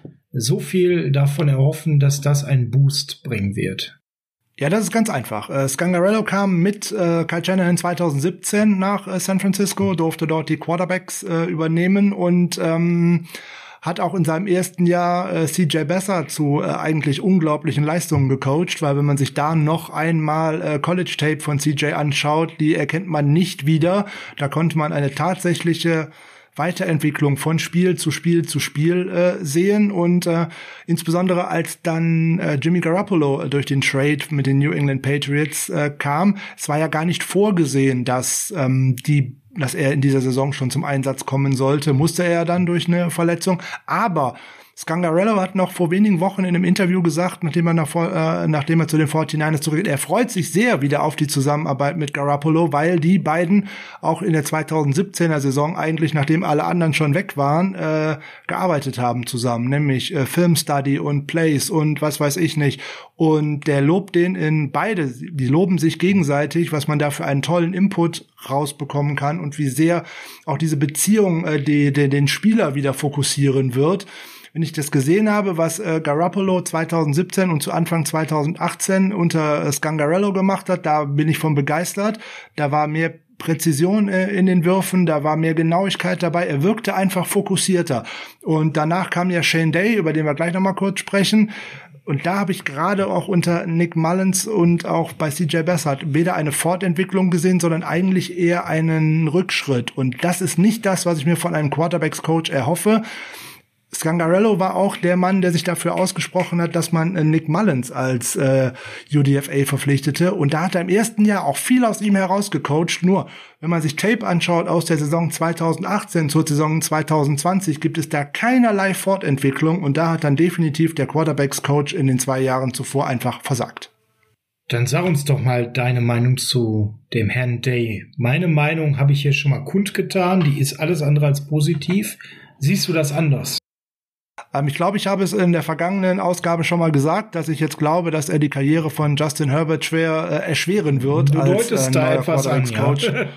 Speaker 1: so viel davon erhoffen, dass das einen Boost bringen wird?
Speaker 2: Ja, das ist ganz einfach. Äh, Scangarello kam mit äh, Kyle Shanahan zwanzig siebzehn nach äh, San Francisco, durfte dort die Quarterbacks äh, übernehmen und ähm, hat auch in seinem ersten Jahr äh, C J Beathard zu äh, eigentlich unglaublichen Leistungen gecoacht, weil wenn man sich da noch einmal äh, College-Tape von C J anschaut, die erkennt man nicht wieder. Da konnte man eine tatsächliche Weiterentwicklung von Spiel zu Spiel zu Spiel äh, sehen und äh, insbesondere als dann äh, Jimmy Garoppolo äh, durch den Trade mit den New England Patriots äh, kam, es war ja gar nicht vorgesehen, dass ähm, die dass er in dieser Saison schon zum Einsatz kommen sollte, musste er dann durch eine Verletzung, aber Scangarello hat noch vor wenigen Wochen in einem Interview gesagt, nachdem er, nach, äh, nachdem er zu den forty-niners zurückgeht, er freut sich sehr wieder auf die Zusammenarbeit mit Garoppolo, weil die beiden auch in der zwanzig siebzehner Saison eigentlich, nachdem alle anderen schon weg waren, äh, gearbeitet haben zusammen, nämlich äh, Film Study und Plays und was weiß ich nicht. Und der lobt den in beide, die loben sich gegenseitig, was man da für einen tollen Input rausbekommen kann und wie sehr auch diese Beziehung äh, die, die, den Spieler wieder fokussieren wird. Wenn ich das gesehen habe, was äh, Garoppolo zwanzig siebzehn und zu Anfang zwanzig achtzehn unter äh, Scangarello gemacht hat, da bin ich von begeistert. Da war mehr Präzision äh, in den Würfen, da war mehr Genauigkeit dabei. Er wirkte einfach fokussierter. Und danach kam ja Shane Day, über den wir gleich nochmal kurz sprechen. Und da habe ich gerade auch unter Nick Mullins und auch bei C J Beathard weder eine Fortentwicklung gesehen, sondern eigentlich eher einen Rückschritt. Und das ist nicht das, was ich mir von einem Quarterbacks-Coach erhoffe. Scangarello war auch der Mann, der sich dafür ausgesprochen hat, dass man äh, Nick Mullins als äh, U D F A verpflichtete. Und da hat er im ersten Jahr auch viel aus ihm herausgecoacht. Nur, wenn man sich Tape anschaut aus der Saison zwanzig achtzehn zur Saison zwanzig zwanzig, gibt es da keinerlei Fortentwicklung. Und da hat dann definitiv der Quarterbacks-Coach in den zwei Jahren zuvor einfach versagt.
Speaker 1: Dann sag uns doch mal deine Meinung zu dem Herrn Day. Meine Meinung habe ich hier schon mal kundgetan. Die ist alles andere als positiv. Siehst du das anders?
Speaker 2: Ähm, ich glaube, ich habe es in der vergangenen Ausgabe schon mal gesagt, dass ich jetzt glaube, dass er die Karriere von Justin Herbert schwer äh, erschweren wird
Speaker 1: du
Speaker 2: als äh, neuer Quarterbacks-Coach. Ja.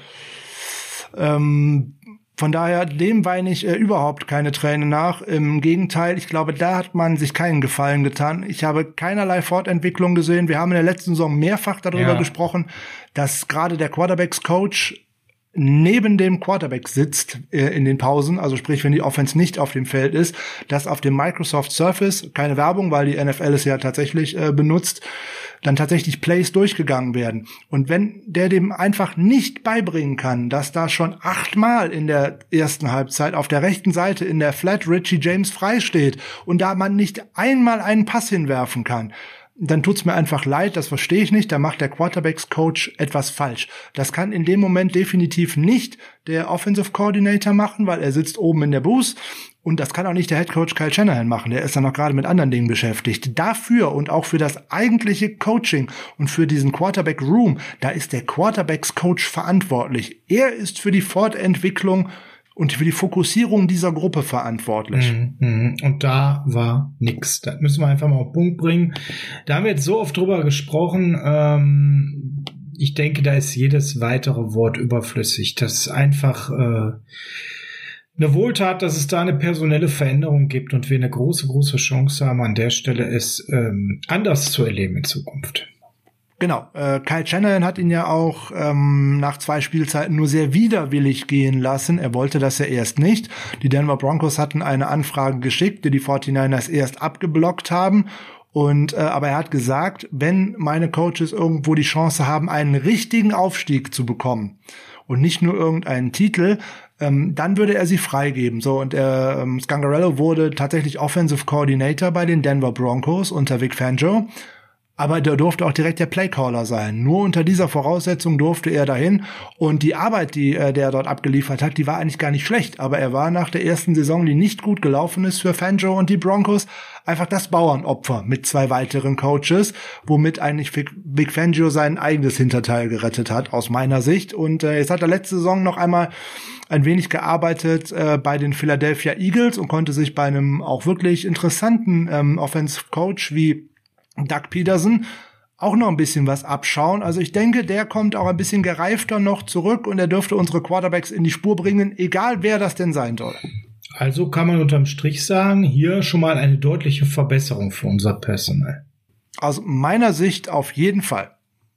Speaker 2: ähm, von daher, dem weine ich äh, überhaupt keine Tränen nach. Im Gegenteil, ich glaube, da hat man sich keinen Gefallen getan. Ich habe keinerlei Fortentwicklung gesehen. Wir haben in der letzten Saison mehrfach darüber ja. gesprochen, dass gerade der Quarterbacks-Coach neben dem Quarterback sitzt äh, in den Pausen, also sprich, wenn die Offense nicht auf dem Feld ist, dass auf dem Microsoft Surface, keine Werbung, weil die N F L es ja tatsächlich äh, benutzt, dann tatsächlich Plays durchgegangen werden. Und wenn der dem einfach nicht beibringen kann, dass da schon achtmal in der ersten Halbzeit auf der rechten Seite in der Flat Richie James frei steht und da man nicht einmal einen Pass hinwerfen kann, dann tut's mir einfach leid, das verstehe ich nicht, da macht der Quarterbacks-Coach etwas falsch. Das kann in dem Moment definitiv nicht der Offensive Coordinator machen, weil er sitzt oben in der Booth, und das kann auch nicht der Head Coach Kyle Shanahan machen, der ist dann noch gerade mit anderen Dingen beschäftigt. Dafür und auch für das eigentliche Coaching und für diesen Quarterback-Room, da ist der Quarterbacks-Coach verantwortlich. Er ist für die Fortentwicklung und für die Fokussierung dieser Gruppe verantwortlich.
Speaker 1: Und da war nix. Das müssen wir einfach mal auf den Punkt bringen. Da haben wir jetzt so oft drüber gesprochen. Ähm, ich denke, da ist jedes weitere Wort überflüssig. Das ist einfach äh, eine Wohltat, dass es da eine personelle Veränderung gibt und wir eine große, große Chance haben, an der Stelle es ähm, anders zu erleben in Zukunft.
Speaker 2: Genau, äh, Kyle Shanahan hat ihn ja auch ähm, nach zwei Spielzeiten nur sehr widerwillig gehen lassen. Er wollte das ja erst nicht. Die Denver Broncos hatten eine Anfrage geschickt, die die forty-niners erst abgeblockt haben. Und äh, aber er hat gesagt, wenn meine Coaches irgendwo die Chance haben, einen richtigen Aufstieg zu bekommen und nicht nur irgendeinen Titel, ähm, dann würde er sie freigeben. So, und er, ähm, Scangarello wurde tatsächlich Offensive Coordinator bei den Denver Broncos unter Vic Fangio. Aber der durfte auch direkt der Playcaller sein. Nur unter dieser Voraussetzung durfte er dahin. Und die Arbeit, die äh, der dort abgeliefert hat, die war eigentlich gar nicht schlecht. Aber er war nach der ersten Saison, die nicht gut gelaufen ist für Fangio und die Broncos, einfach das Bauernopfer mit zwei weiteren Coaches, womit eigentlich Vic, Vic Fangio sein eigenes Hinterteil gerettet hat, aus meiner Sicht. Und äh, jetzt hat er letzte Saison noch einmal ein wenig gearbeitet äh, bei den Philadelphia Eagles und konnte sich bei einem auch wirklich interessanten ähm, Offensive Coach wie Doug Peterson auch noch ein bisschen was abschauen. Also ich denke, der kommt auch ein bisschen gereifter noch zurück und er dürfte unsere Quarterbacks in die Spur bringen, egal wer das denn sein soll.
Speaker 1: Also kann man unterm Strich sagen, hier schon mal eine deutliche Verbesserung für unser Personal.
Speaker 2: Aus meiner Sicht auf jeden Fall.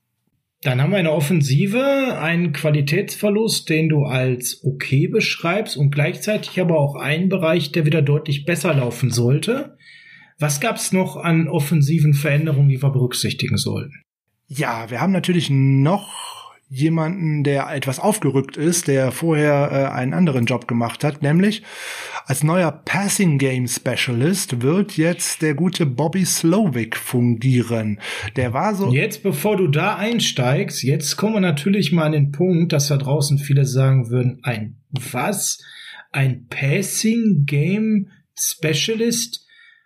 Speaker 1: Dann haben wir eine Offensive, einen Qualitätsverlust, den du als okay beschreibst und gleichzeitig aber auch einen Bereich, der wieder deutlich besser laufen sollte. Was gab's noch an offensiven Veränderungen, die wir berücksichtigen sollten?
Speaker 2: Ja, wir haben natürlich noch jemanden, der etwas aufgerückt ist, der vorher äh, einen anderen Job gemacht hat, nämlich als neuer Passing Game Specialist wird jetzt der gute Bobby Slowik fungieren. Der war so.
Speaker 1: Jetzt, bevor du da einsteigst, jetzt kommen wir natürlich mal an den Punkt, dass da draußen viele sagen würden, ein was? Ein Passing Game Specialist?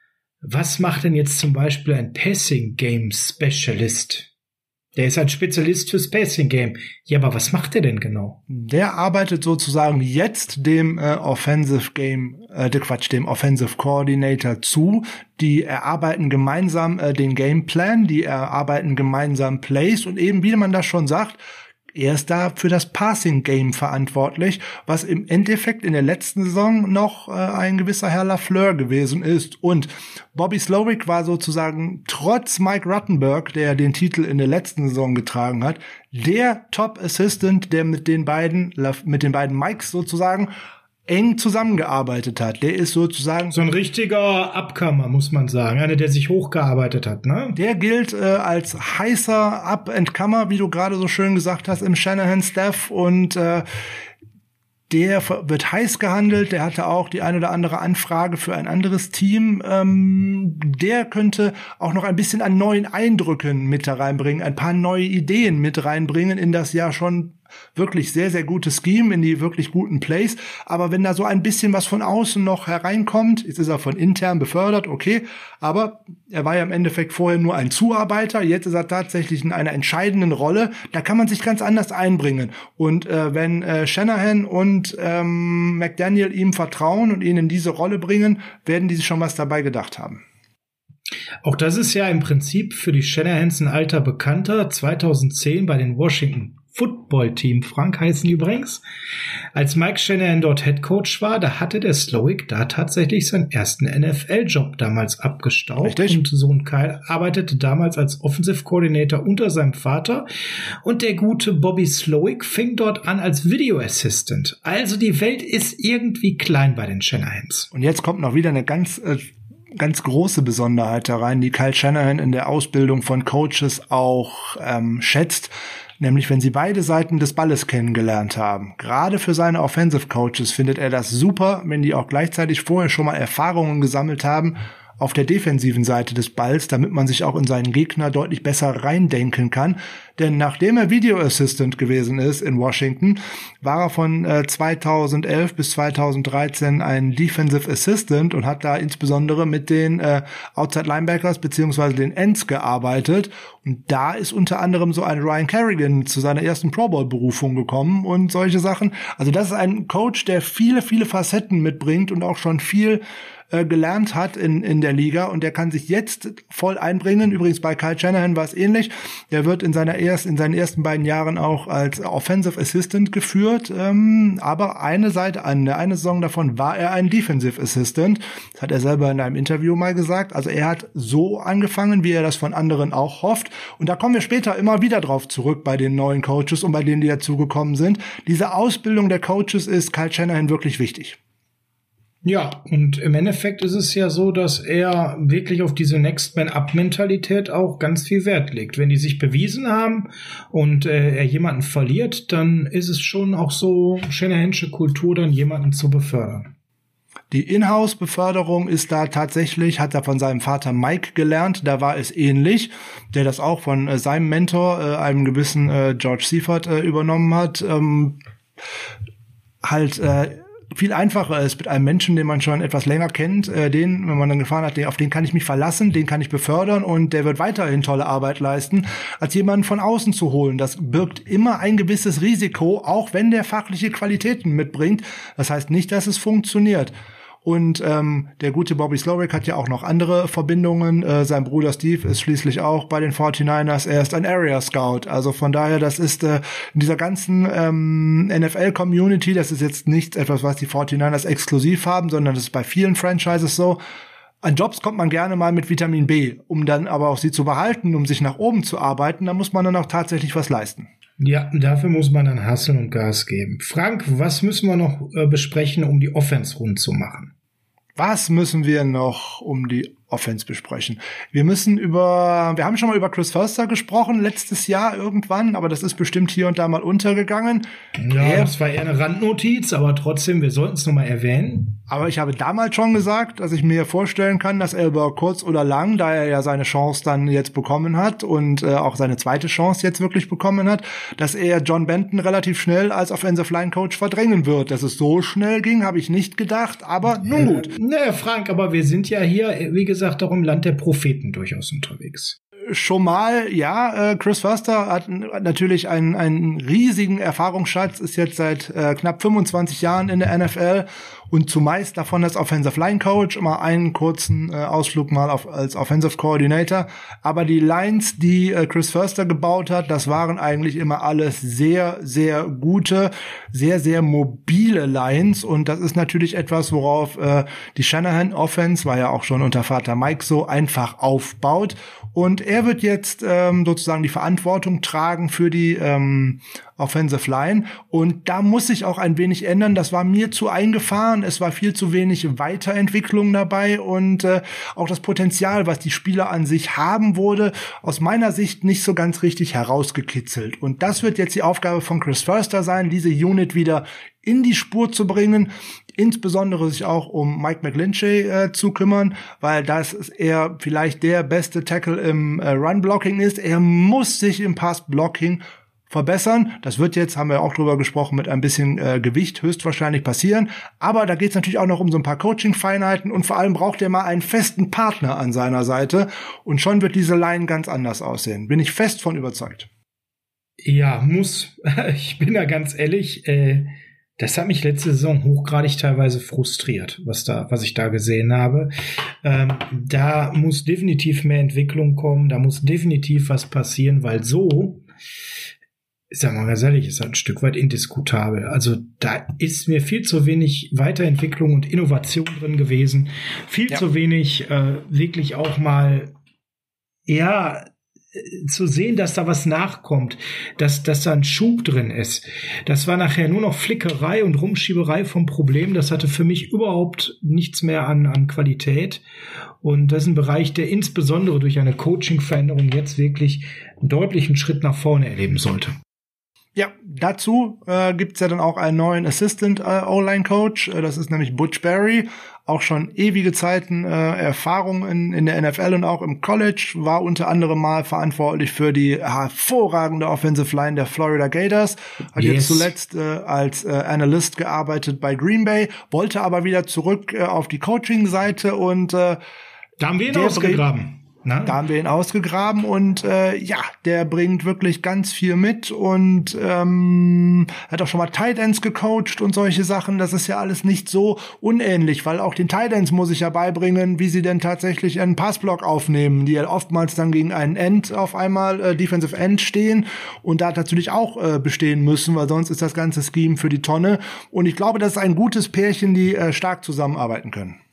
Speaker 1: Was macht denn jetzt zum Beispiel ein Passing Game Specialist? Der ist ein Spezialist fürs Passing Game. Ja, aber was macht der denn genau?
Speaker 2: Der arbeitet sozusagen jetzt dem äh, Offensive Game, äh, Quatsch, dem Offensive Coordinator zu. Die erarbeiten gemeinsam äh, den Gameplan, die erarbeiten gemeinsam Plays und eben, wie man das schon sagt, er ist da für das Passing-Game verantwortlich, was im Endeffekt in der letzten Saison noch äh, ein gewisser Herr Lafleur gewesen ist. Und Bobby Slowik war sozusagen trotz Mike Ruttenberg, der den Titel in der letzten Saison getragen hat, der Top-Assistant, der mit den beiden, mit den beiden Mikes sozusagen eng zusammengearbeitet hat. Der ist sozusagen
Speaker 1: so ein richtiger Upcomer, muss man sagen. Einer, der sich hochgearbeitet hat, ne?
Speaker 2: Der gilt äh, als heißer Up-and-Comer, wie du gerade so schön gesagt hast, im Shanahan-Staff und äh, der wird heiß gehandelt. Der hatte auch die ein oder andere Anfrage für ein anderes Team. Ähm, der könnte auch noch ein bisschen an neuen Eindrücken mit da reinbringen, ein paar neue Ideen mit reinbringen in das ja schon wirklich sehr, sehr gute Scheme, in die wirklich guten Plays. Aber wenn da so ein bisschen was von außen noch hereinkommt, jetzt ist er von intern befördert, okay, aber er war ja im Endeffekt vorher nur ein Zuarbeiter, jetzt ist er tatsächlich in einer entscheidenden Rolle, da kann man sich ganz anders einbringen. Und äh, wenn äh, Shanahan und ähm, McDaniel ihm vertrauen und ihn in diese Rolle bringen, werden die sich schon was dabei gedacht haben.
Speaker 1: Auch das ist ja im Prinzip für die Shanahans ein alter Bekannter, zweitausendzehn bei den Washington Football Team, Frank heißen die übrigens. Als Mike Shanahan dort Headcoach war, da hatte der Slowik da tatsächlich seinen ersten N F L-Job damals abgestaubt. Richtig. Und Sohn Kyle arbeitete damals als Offensive Coordinator unter seinem Vater. Und der gute Bobby Slowik fing dort an als Video Assistant. Also die Welt ist irgendwie klein bei den Shanahans.
Speaker 2: Und jetzt kommt noch wieder eine ganz äh ganz große Besonderheit da rein, die Kyle Shanahan in der Ausbildung von Coaches auch ähm, schätzt, nämlich wenn sie beide Seiten des Balles kennengelernt haben. Gerade für seine Offensive Coaches findet er das super, wenn die auch gleichzeitig vorher schon mal Erfahrungen gesammelt haben auf der defensiven Seite des Balls, damit man sich auch in seinen Gegner deutlich besser reindenken kann. Denn nachdem er Video Assistant gewesen ist in Washington, war er von äh, zweitausendelf bis zweitausenddreizehn ein Defensive Assistant und hat da insbesondere mit den äh, Outside Linebackers beziehungsweise den Ends gearbeitet. Und da ist unter anderem so ein Ryan Kerrigan zu seiner ersten Pro Bowl Berufung gekommen und solche Sachen. Also das ist ein Coach, der viele, viele Facetten mitbringt und auch schon viel gelernt hat in in der Liga und der kann sich jetzt voll einbringen. Übrigens bei Kyle Shanahan war es ähnlich. Der wird in seiner erst in seinen ersten beiden Jahren auch als Offensive Assistant geführt, ähm, aber eine Seite an der eine Saison davon war er ein Defensive Assistant. Das hat er selber in einem Interview mal gesagt. Also er hat so angefangen, wie er das von anderen auch hofft. Und da kommen wir später immer wieder drauf zurück bei den neuen Coaches und bei denen, die dazugekommen sind. Diese Ausbildung der Coaches ist Kyle Shanahan wirklich wichtig.
Speaker 1: Ja, und im Endeffekt ist es ja so, dass er wirklich auf diese Next-Man-Up-Mentalität auch ganz viel Wert legt. Wenn die sich bewiesen haben und äh, er jemanden verliert, dann ist es schon auch so Shanahansche Kultur, dann jemanden zu befördern.
Speaker 2: Die Inhouse-Beförderung ist da tatsächlich, hat er von seinem Vater Mike gelernt, da war es ähnlich, der das auch von äh, seinem Mentor, äh, einem gewissen äh, George Seifert, äh, übernommen hat. Ähm, halt äh, viel einfacher ist mit einem Menschen, den man schon etwas länger kennt, äh, den, wenn man dann gefahren hat, den, auf den kann ich mich verlassen, den kann ich befördern und der wird weiterhin tolle Arbeit leisten, als jemanden von außen zu holen. Das birgt immer ein gewisses Risiko, auch wenn der fachliche Qualitäten mitbringt. Das heißt nicht, dass es funktioniert. Und ähm, der gute Bobby Slowik hat ja auch noch andere Verbindungen. Äh, sein Bruder Steve ist schließlich auch bei den forty-niners. Er ist ein Area Scout. Also von daher, das ist äh, in dieser ganzen ähm, N F L-Community, das ist jetzt nicht etwas, was die forty-niners exklusiv haben, sondern das ist bei vielen Franchises so. An Jobs kommt man gerne mal mit Vitamin B. Um dann aber auch sie zu behalten, um sich nach oben zu arbeiten, da muss man dann auch tatsächlich was leisten.
Speaker 1: Ja, dafür muss man dann Hustle und Gas geben. Frank, was müssen wir noch äh, besprechen, um die Offense rund zu machen?
Speaker 2: Was müssen wir noch um die Offense besprechen? Wir müssen über, wir haben schon mal über Chris Foerster gesprochen, letztes Jahr irgendwann, aber das ist bestimmt hier und da mal untergegangen.
Speaker 1: Ja,
Speaker 2: er,
Speaker 1: das war eher eine Randnotiz, aber trotzdem, wir sollten es nochmal erwähnen.
Speaker 2: Aber ich habe damals schon gesagt, dass ich mir vorstellen kann, dass er über kurz oder lang, da er ja seine Chance dann jetzt bekommen hat und äh, auch seine zweite Chance jetzt wirklich bekommen hat, dass er John Benton relativ schnell als Offensive Line Coach verdrängen wird. Dass es so schnell ging, habe ich nicht gedacht, aber nun gut.
Speaker 1: Äh, naja, Frank, aber wir sind ja hier, wie gesagt, auch im Land der Propheten durchaus unterwegs.
Speaker 2: Schon mal, ja, äh, Chris Foerster hat natürlich einen, einen riesigen Erfahrungsschatz, ist jetzt seit äh, knapp fünfundzwanzig Jahren in der N F L und zumeist davon als Offensive Line Coach, immer einen kurzen äh, Ausflug mal auf, als Offensive Coordinator. Aber die Lines, die äh, Chris Foerster gebaut hat, das waren eigentlich immer alles sehr, sehr gute, sehr, sehr mobile Lines und das ist natürlich etwas, worauf äh, die Shanahan Offense, war ja auch schon unter Vater Mike so, einfach aufbaut. Und er wird jetzt ähm, sozusagen die Verantwortung tragen für die ähm, Offensive Line. Und da muss sich auch ein wenig ändern. Das war mir zu eingefahren. Es war viel zu wenig Weiterentwicklung dabei. Und äh, auch das Potenzial, was die Spieler an sich haben, wurde aus meiner Sicht nicht so ganz richtig herausgekitzelt. Und das wird jetzt die Aufgabe von Chris Foerster sein, diese Unit wieder in die Spur zu bringen, insbesondere sich auch um Mike McGlinchey äh, zu kümmern, weil das ist er vielleicht der beste Tackle im äh, Run-Blocking ist. Er muss sich im Pass-Blocking verbessern. Das wird jetzt, haben wir auch drüber gesprochen, mit ein bisschen äh, Gewicht höchstwahrscheinlich passieren. Aber da geht es natürlich auch noch um so ein paar Coaching-Feinheiten und vor allem braucht er mal einen festen Partner an seiner Seite und schon wird diese Line ganz anders aussehen. Bin ich fest von überzeugt.
Speaker 1: Ja, muss. Ich bin da ganz ehrlich, äh das hat mich letzte Saison hochgradig teilweise frustriert, was da, was ich da gesehen habe. Ähm, da muss definitiv mehr Entwicklung kommen, da muss definitiv was passieren, weil so, sagen wir mal ganz ehrlich, ist das ein Stück weit indiskutabel. Also da ist mir viel zu wenig Weiterentwicklung und Innovation drin gewesen, viel ja. zu wenig äh, wirklich auch mal, ja, zu sehen, dass da was nachkommt, dass, dass da ein Schub drin ist. Das war nachher nur noch Flickerei und Rumschieberei vom Problem. Das hatte für mich überhaupt nichts mehr an, an Qualität. Und das ist ein Bereich, der insbesondere durch eine Coaching-Veränderung jetzt wirklich einen deutlichen Schritt nach vorne erleben sollte.
Speaker 2: Ja, dazu äh, gibt's ja dann auch einen neuen Assistant äh, O-Line-Coach. Äh, das ist nämlich Butch Barry. Auch schon ewige Zeiten äh, Erfahrung in, in der N F L und auch im College. War unter anderem mal verantwortlich für die hervorragende Offensive Line der Florida Gators. Hat yes. jetzt zuletzt äh, als äh, Analyst gearbeitet bei Green Bay. Wollte aber wieder zurück äh, auf die Coaching-Seite und äh,
Speaker 1: da haben wir ihn ausgegraben. Na?
Speaker 2: Da haben wir ihn ausgegraben und äh, ja, der bringt wirklich ganz viel mit und ähm, hat auch schon mal Tight Ends gecoacht und solche Sachen. Das ist ja alles nicht so unähnlich, weil auch den Tight Ends muss ich ja beibringen, wie sie denn tatsächlich einen Passblock aufnehmen, die ja oftmals dann gegen einen End auf einmal äh, Defensive End stehen und da natürlich auch äh, bestehen müssen, weil sonst ist das ganze Scheme für die Tonne. Und ich glaube, das ist ein gutes Pärchen, die äh, stark zusammenarbeiten können.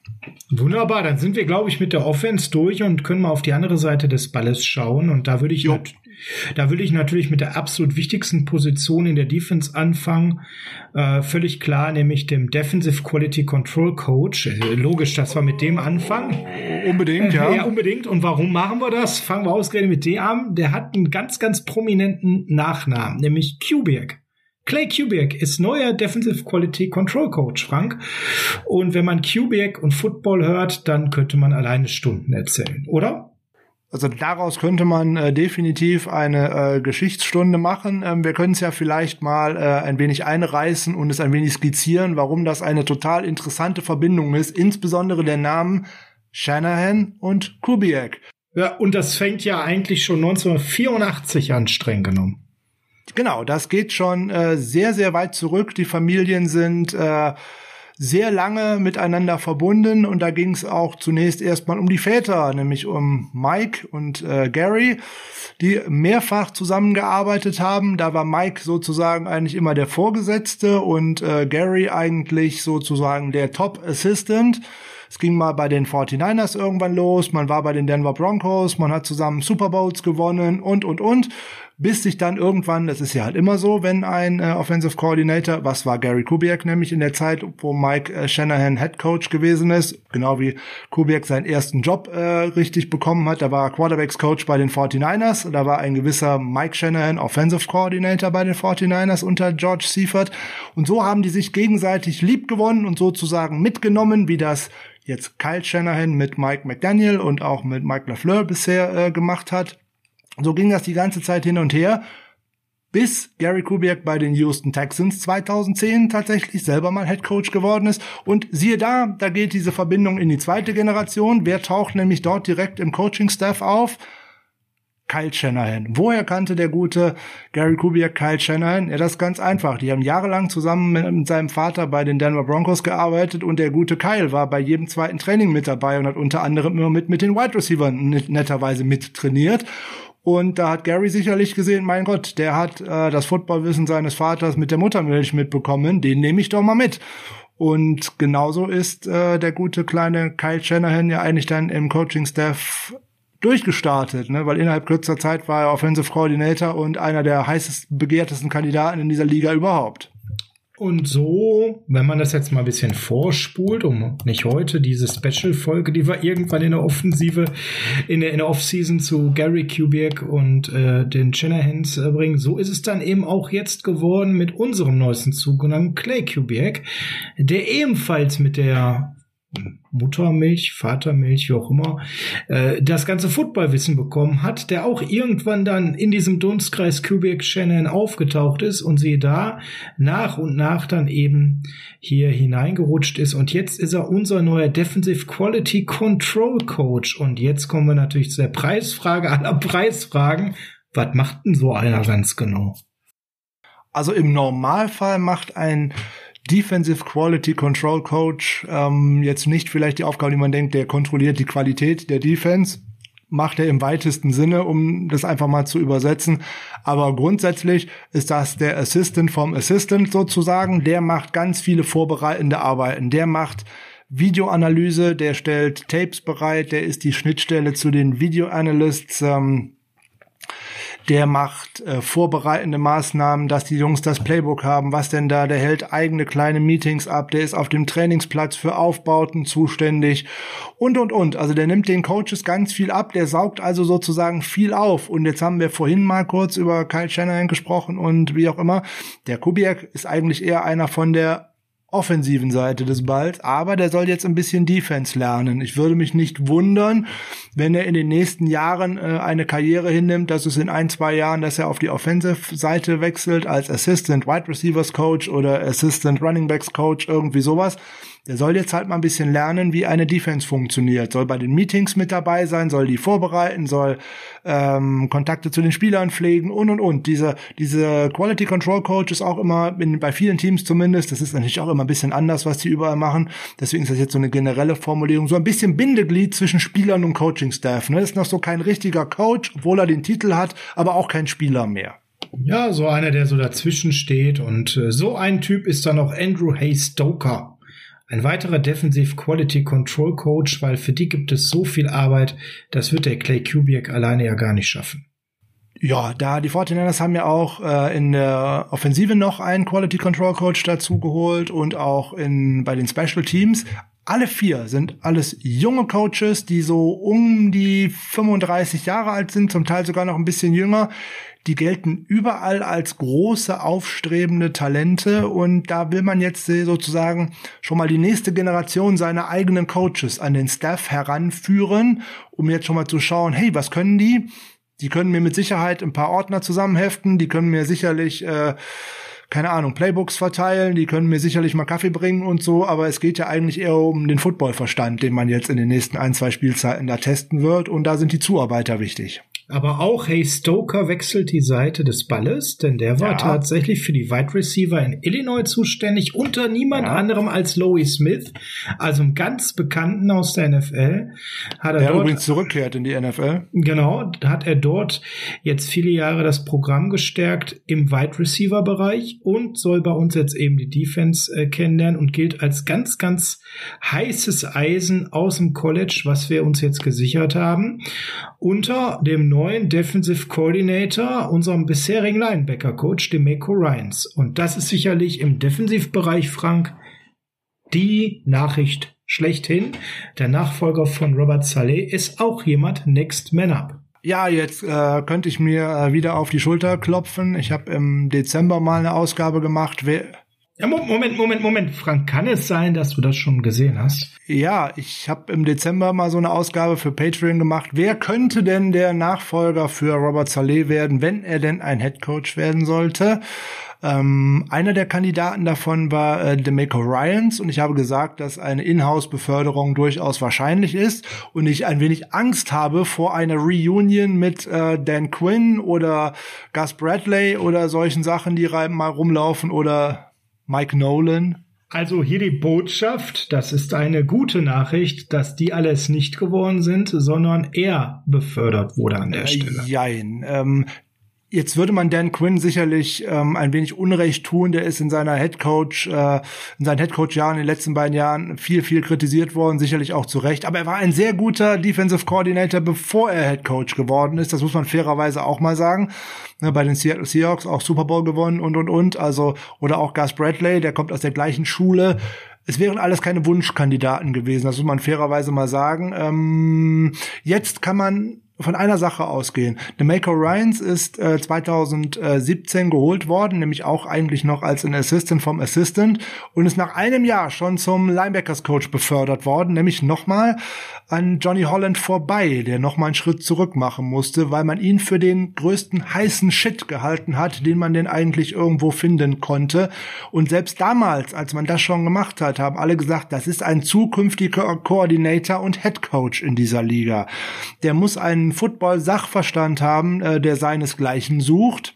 Speaker 1: Wunderbar, dann sind wir, glaube ich, mit der Offense durch und können mal auf die andere Seite des Balles schauen. Und da würde ich, nat- da würde ich natürlich mit der absolut wichtigsten Position in der Defense anfangen. Äh, völlig klar, nämlich dem Defensive Quality Control Coach. Äh, logisch, dass wir mit dem anfangen.
Speaker 2: Unbedingt, ja.
Speaker 1: Äh, ja, unbedingt. Und warum machen wir das? Fangen wir ausgerechnet mit dem an. Der hat einen ganz, ganz prominenten Nachnamen, nämlich Kubiak. Clay Kubiak ist neuer Defensive Quality Control Coach, Frank. Und wenn man Kubiak und Football hört, dann könnte man alleine Stunden erzählen, oder?
Speaker 2: Also daraus könnte man äh, definitiv eine äh, Geschichtsstunde machen. Ähm, wir können es ja vielleicht mal äh, ein wenig einreißen und es ein wenig skizzieren, warum das eine total interessante Verbindung ist, insbesondere der Namen Shanahan und Kubiak.
Speaker 1: Ja, und das fängt ja eigentlich schon neunzehnhundertvierundachtzig an, streng genommen.
Speaker 2: Genau, das geht schon äh, sehr, sehr weit zurück. Die Familien sind äh, sehr lange miteinander verbunden und da ging es auch zunächst erstmal um die Väter, nämlich um Mike und äh, Gary, die mehrfach zusammengearbeitet haben. Da war Mike sozusagen eigentlich immer der Vorgesetzte und äh, Gary eigentlich sozusagen der Top-Assistant. Es ging mal bei den forty-niners irgendwann los, man war bei den Denver Broncos, man hat zusammen Super Bowls gewonnen und, und, und, bis sich dann irgendwann, das ist ja halt immer so, wenn ein äh, Offensive Coordinator, was war Gary Kubiak nämlich in der Zeit, wo Mike äh, Shanahan Head Coach gewesen ist, genau wie Kubiak seinen ersten Job äh, richtig bekommen hat, da war er Quarterbacks Coach bei den forty-niners, da war ein gewisser Mike Shanahan Offensive Coordinator bei den forty-niners unter George Seifert und so haben die sich gegenseitig lieb gewonnen und sozusagen mitgenommen, wie das jetzt Kyle Shanahan mit Mike McDaniel und auch mit Mike LaFleur bisher äh, gemacht hat. So ging das die ganze Zeit hin und her, bis Gary Kubiak bei den Houston Texans zweitausendzehn tatsächlich selber mal Head Coach geworden ist. Und siehe da, da geht diese Verbindung in die zweite Generation. Wer taucht nämlich dort direkt im Coaching-Staff auf? Kyle Shanahan. Woher kannte der gute Gary Kubiak Kyle Shanahan? Ja, das ist ganz einfach. Die haben jahrelang zusammen mit, mit seinem Vater bei den Denver Broncos gearbeitet und der gute Kyle war bei jedem zweiten Training mit dabei und hat unter anderem immer mit, mit den Wide Receivers netterweise mit trainiert. Und da hat Gary sicherlich gesehen, mein Gott, der hat äh, das Footballwissen seines Vaters mit der Muttermilch mitbekommen, den nehme ich doch mal mit. Und genauso ist äh, der gute kleine Kyle Shanahan ja eigentlich dann im Coaching-Staff durchgestartet, ne? Weil innerhalb kürzester Zeit war er Offensive Coordinator und einer der heißest begehrtesten Kandidaten in dieser Liga überhaupt.
Speaker 1: Und so, wenn man das jetzt mal ein bisschen vorspult, um nicht heute diese Special-Folge, die wir irgendwann in der Offensive, in der, in der Offseason zu Gary Kubiak und äh, den Shanahans äh, bringen, so ist es dann eben auch jetzt geworden mit unserem neuesten Zugang, Clay Kubiak, der ebenfalls mit der Muttermilch, Vatermilch, wie auch immer, äh, das ganze Footballwissen bekommen hat, der auch irgendwann dann in diesem Dunstkreis Kubiak Shanahan aufgetaucht ist und sie da nach und nach dann eben hier hineingerutscht ist und jetzt ist er unser neuer Defensive Quality Control Coach und jetzt kommen wir natürlich zu der Preisfrage aller Preisfragen. Was macht denn so einer ganz genau?
Speaker 2: Also im Normalfall macht ein Defensive Quality Control Coach ähm, jetzt nicht vielleicht die Aufgabe, die man denkt, der kontrolliert die Qualität der Defense, macht er im weitesten Sinne, um das einfach mal zu übersetzen. Aber grundsätzlich ist das der Assistant vom Assistant sozusagen. Der macht ganz viele vorbereitende Arbeiten. Der macht Videoanalyse, der stellt Tapes bereit, der ist die Schnittstelle zu den Video Analysts, ähm, der macht äh, vorbereitende Maßnahmen, dass die Jungs das Playbook haben, was denn da, der hält eigene kleine Meetings ab, der ist auf dem Trainingsplatz für Aufbauten zuständig und, und, und. Also der nimmt den Coaches ganz viel ab, der saugt also sozusagen viel auf. Und jetzt haben wir vorhin mal kurz über Kyle Shanahan gesprochen und wie auch immer. Der Kubiak ist eigentlich eher einer von der offensiven Seite des Balls, aber der soll jetzt ein bisschen Defense lernen. Ich würde mich nicht wundern, wenn er in den nächsten Jahren äh, eine Karriere hinnimmt, dass es in ein, zwei Jahren, dass er auf die Offensive-Seite wechselt als Assistant Wide Receivers Coach oder Assistant Running Backs Coach, irgendwie sowas. Der soll jetzt halt mal ein bisschen lernen, wie eine Defense funktioniert. Soll bei den Meetings mit dabei sein, soll die vorbereiten, soll ähm, Kontakte zu den Spielern pflegen und, und, und. Diese diese Quality Control Coach ist auch immer, in, bei vielen Teams zumindest, das ist natürlich auch immer ein bisschen anders, was die überall machen. Deswegen ist das jetzt so eine generelle Formulierung, so ein bisschen Bindeglied zwischen Spielern und Coaching-Staff. Ne? Ist noch so kein richtiger Coach, obwohl er den Titel hat, aber auch kein Spieler mehr.
Speaker 1: Ja, so einer, der so dazwischen steht. Und äh, so ein Typ ist dann auch Andrew Hayes Stoker. Ein weiterer Defensive Quality Control Coach, weil für die gibt es so viel Arbeit, das wird der Clay Kubiak alleine ja gar nicht schaffen.
Speaker 2: Ja, da die forty-niners haben ja auch äh, in der Offensive noch einen Quality Control Coach dazu geholt und auch in bei den Special Teams. Alle vier sind alles junge Coaches, die so um die fünfunddreißig Jahre alt sind, zum Teil sogar noch ein bisschen jünger. Die gelten überall als große, aufstrebende Talente und da will man jetzt sozusagen schon mal die nächste Generation seiner eigenen Coaches an den Staff heranführen, um jetzt schon mal zu schauen, hey, was können die? Die können mir mit Sicherheit ein paar Ordner zusammenheften, die können mir sicherlich, äh, keine Ahnung, Playbooks verteilen, die können mir sicherlich mal Kaffee bringen und so, aber es geht ja eigentlich eher um den Footballverstand, den man jetzt in den nächsten ein, zwei Spielzeiten da testen wird und da sind die Zuarbeiter wichtig.
Speaker 1: Aber auch Hey Stoker wechselt die Seite des Balles, denn der war ja tatsächlich für die Wide Receiver in Illinois zuständig, unter niemand ja. anderem als Loie Smith, also einem ganz Bekannten aus der N F L. Hat er
Speaker 2: der
Speaker 1: dort,
Speaker 2: übrigens zurückkehrt in die N F L.
Speaker 1: Genau, hat er dort jetzt viele Jahre das Programm gestärkt im Wide Receiver Bereich und soll bei uns jetzt eben die Defense äh, kennenlernen und gilt als ganz, ganz heißes Eisen aus dem College, was wir uns jetzt gesichert haben, unter dem neuen Defensive Coordinator, unserem bisherigen Linebacker-Coach, DeMeco Ryans. Und das ist sicherlich im Defensivbereich, Frank, die Nachricht schlechthin. Der Nachfolger von Robert Saleh ist auch jemand Next Man Up.
Speaker 2: Ja, jetzt äh, könnte ich mir äh, wieder auf die Schulter klopfen. Ich habe im Dezember mal eine Ausgabe gemacht. Wer
Speaker 1: Ja, Moment, Moment, Moment, Frank, kann es sein, dass du das schon gesehen hast?
Speaker 2: Ja, ich habe im Dezember mal so eine Ausgabe für Patreon gemacht. Wer könnte denn der Nachfolger für Robert Saleh werden, wenn er denn ein Headcoach werden sollte? Ähm, einer der Kandidaten davon war äh, DeMeco Ryans und ich habe gesagt, dass eine Inhouse-Beförderung durchaus wahrscheinlich ist und ich ein wenig Angst habe vor einer Reunion mit äh, Dan Quinn oder Gus Bradley oder solchen Sachen, die mal rumlaufen oder Mike Nolan.
Speaker 1: Also hier die Botschaft, das ist eine gute Nachricht, dass die alles nicht geworden sind, sondern er befördert wurde an der Stelle.
Speaker 2: Äh, jein. Ähm, jetzt würde man Dan Quinn sicherlich ähm, ein wenig Unrecht tun. Der ist in seiner Headcoach, äh, in seinen Headcoach-Jahren, in den letzten beiden Jahren viel, viel kritisiert worden, sicherlich auch zu Recht. Aber er war ein sehr guter Defensive Coordinator, bevor er Headcoach geworden ist. Das muss man fairerweise auch mal sagen. Bei den Seattle Seahawks auch Super Bowl gewonnen und, und, und. Also, oder auch Gus Bradley, der kommt aus der gleichen Schule. Es wären alles keine Wunschkandidaten gewesen, das muss man fairerweise mal sagen. Ähm, jetzt kann man von einer Sache ausgehen. DeMeco Ryans ist äh, zweitausendsiebzehn geholt worden, nämlich auch eigentlich noch als ein Assistant vom Assistant und ist nach einem Jahr schon zum Linebackers-Coach befördert worden, nämlich nochmal an Johnny Holland vorbei, der nochmal einen Schritt zurück machen musste, weil man ihn für den größten heißen Shit gehalten hat, den man denn eigentlich irgendwo finden konnte. Und selbst damals, als man das schon gemacht hat, haben alle gesagt, das ist ein zukünftiger Coordinator und Headcoach in dieser Liga. Der muss einen Football-Sachverstand haben, äh, der seinesgleichen sucht.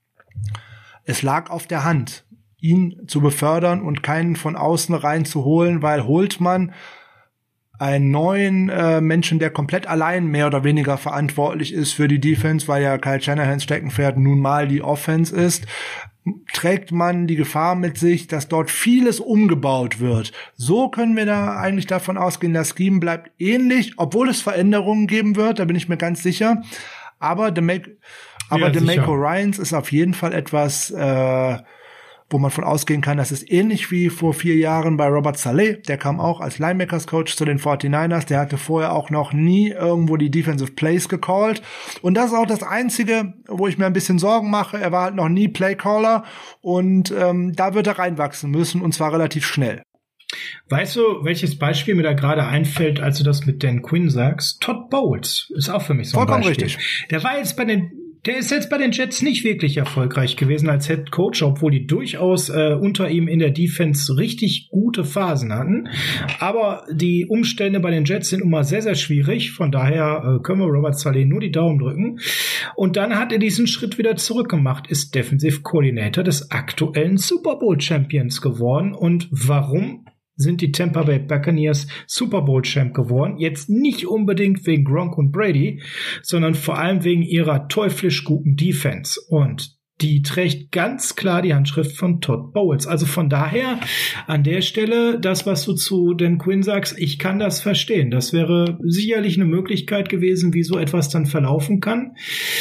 Speaker 2: Es lag auf der Hand, ihn zu befördern und keinen von außen reinzuholen, weil holt man einen neuen äh, Menschen, der komplett allein mehr oder weniger verantwortlich ist für die Defense, weil ja Kyle Shanahans Steckenpferd nun mal die Offense ist, trägt man die Gefahr mit sich, dass dort vieles umgebaut wird. So können wir da eigentlich davon ausgehen, das Scheme bleibt ähnlich, obwohl es Veränderungen geben wird, da bin ich mir ganz sicher. Aber DeMeco, aber ja, DeMeco Ryans ist auf jeden Fall etwas, äh, wo man von ausgehen kann, das ist ähnlich wie vor vier Jahren bei Robert Saleh. Der kam auch als Linebackers-Coach zu den forty-niners. Der hatte vorher auch noch nie irgendwo die Defensive Plays gecallt. Und das ist auch das Einzige, wo ich mir ein bisschen Sorgen mache. Er war halt noch nie Playcaller. Und ähm, da wird er reinwachsen müssen, und zwar relativ schnell.
Speaker 1: Weißt du, welches Beispiel mir da gerade einfällt, als du das mit Dan Quinn sagst? Todd Bowles ist auch für mich so ein
Speaker 2: Vollkommen
Speaker 1: Beispiel.
Speaker 2: Richtig.
Speaker 1: Der war jetzt bei den Der ist jetzt bei den Jets nicht wirklich erfolgreich gewesen als Head Coach, obwohl die durchaus äh, unter ihm in der Defense richtig gute Phasen hatten. Aber die Umstände bei den Jets sind immer sehr, sehr schwierig. Von daher äh, können wir Robert Saleh nur die Daumen drücken. Und dann hat er diesen Schritt wieder zurückgemacht, ist Defensive Coordinator des aktuellen Super Bowl Champions geworden. Und warum sind die Tampa Bay Buccaneers Super Bowl Champ geworden? Jetzt nicht unbedingt wegen Gronk und Brady, sondern vor allem wegen ihrer teuflisch guten Defense. Und die trägt ganz klar die Handschrift von Todd Bowles. Also von daher an der Stelle das, was du zu Dan Quinn sagst, ich kann das verstehen. Das wäre sicherlich eine Möglichkeit gewesen, wie so etwas dann verlaufen kann.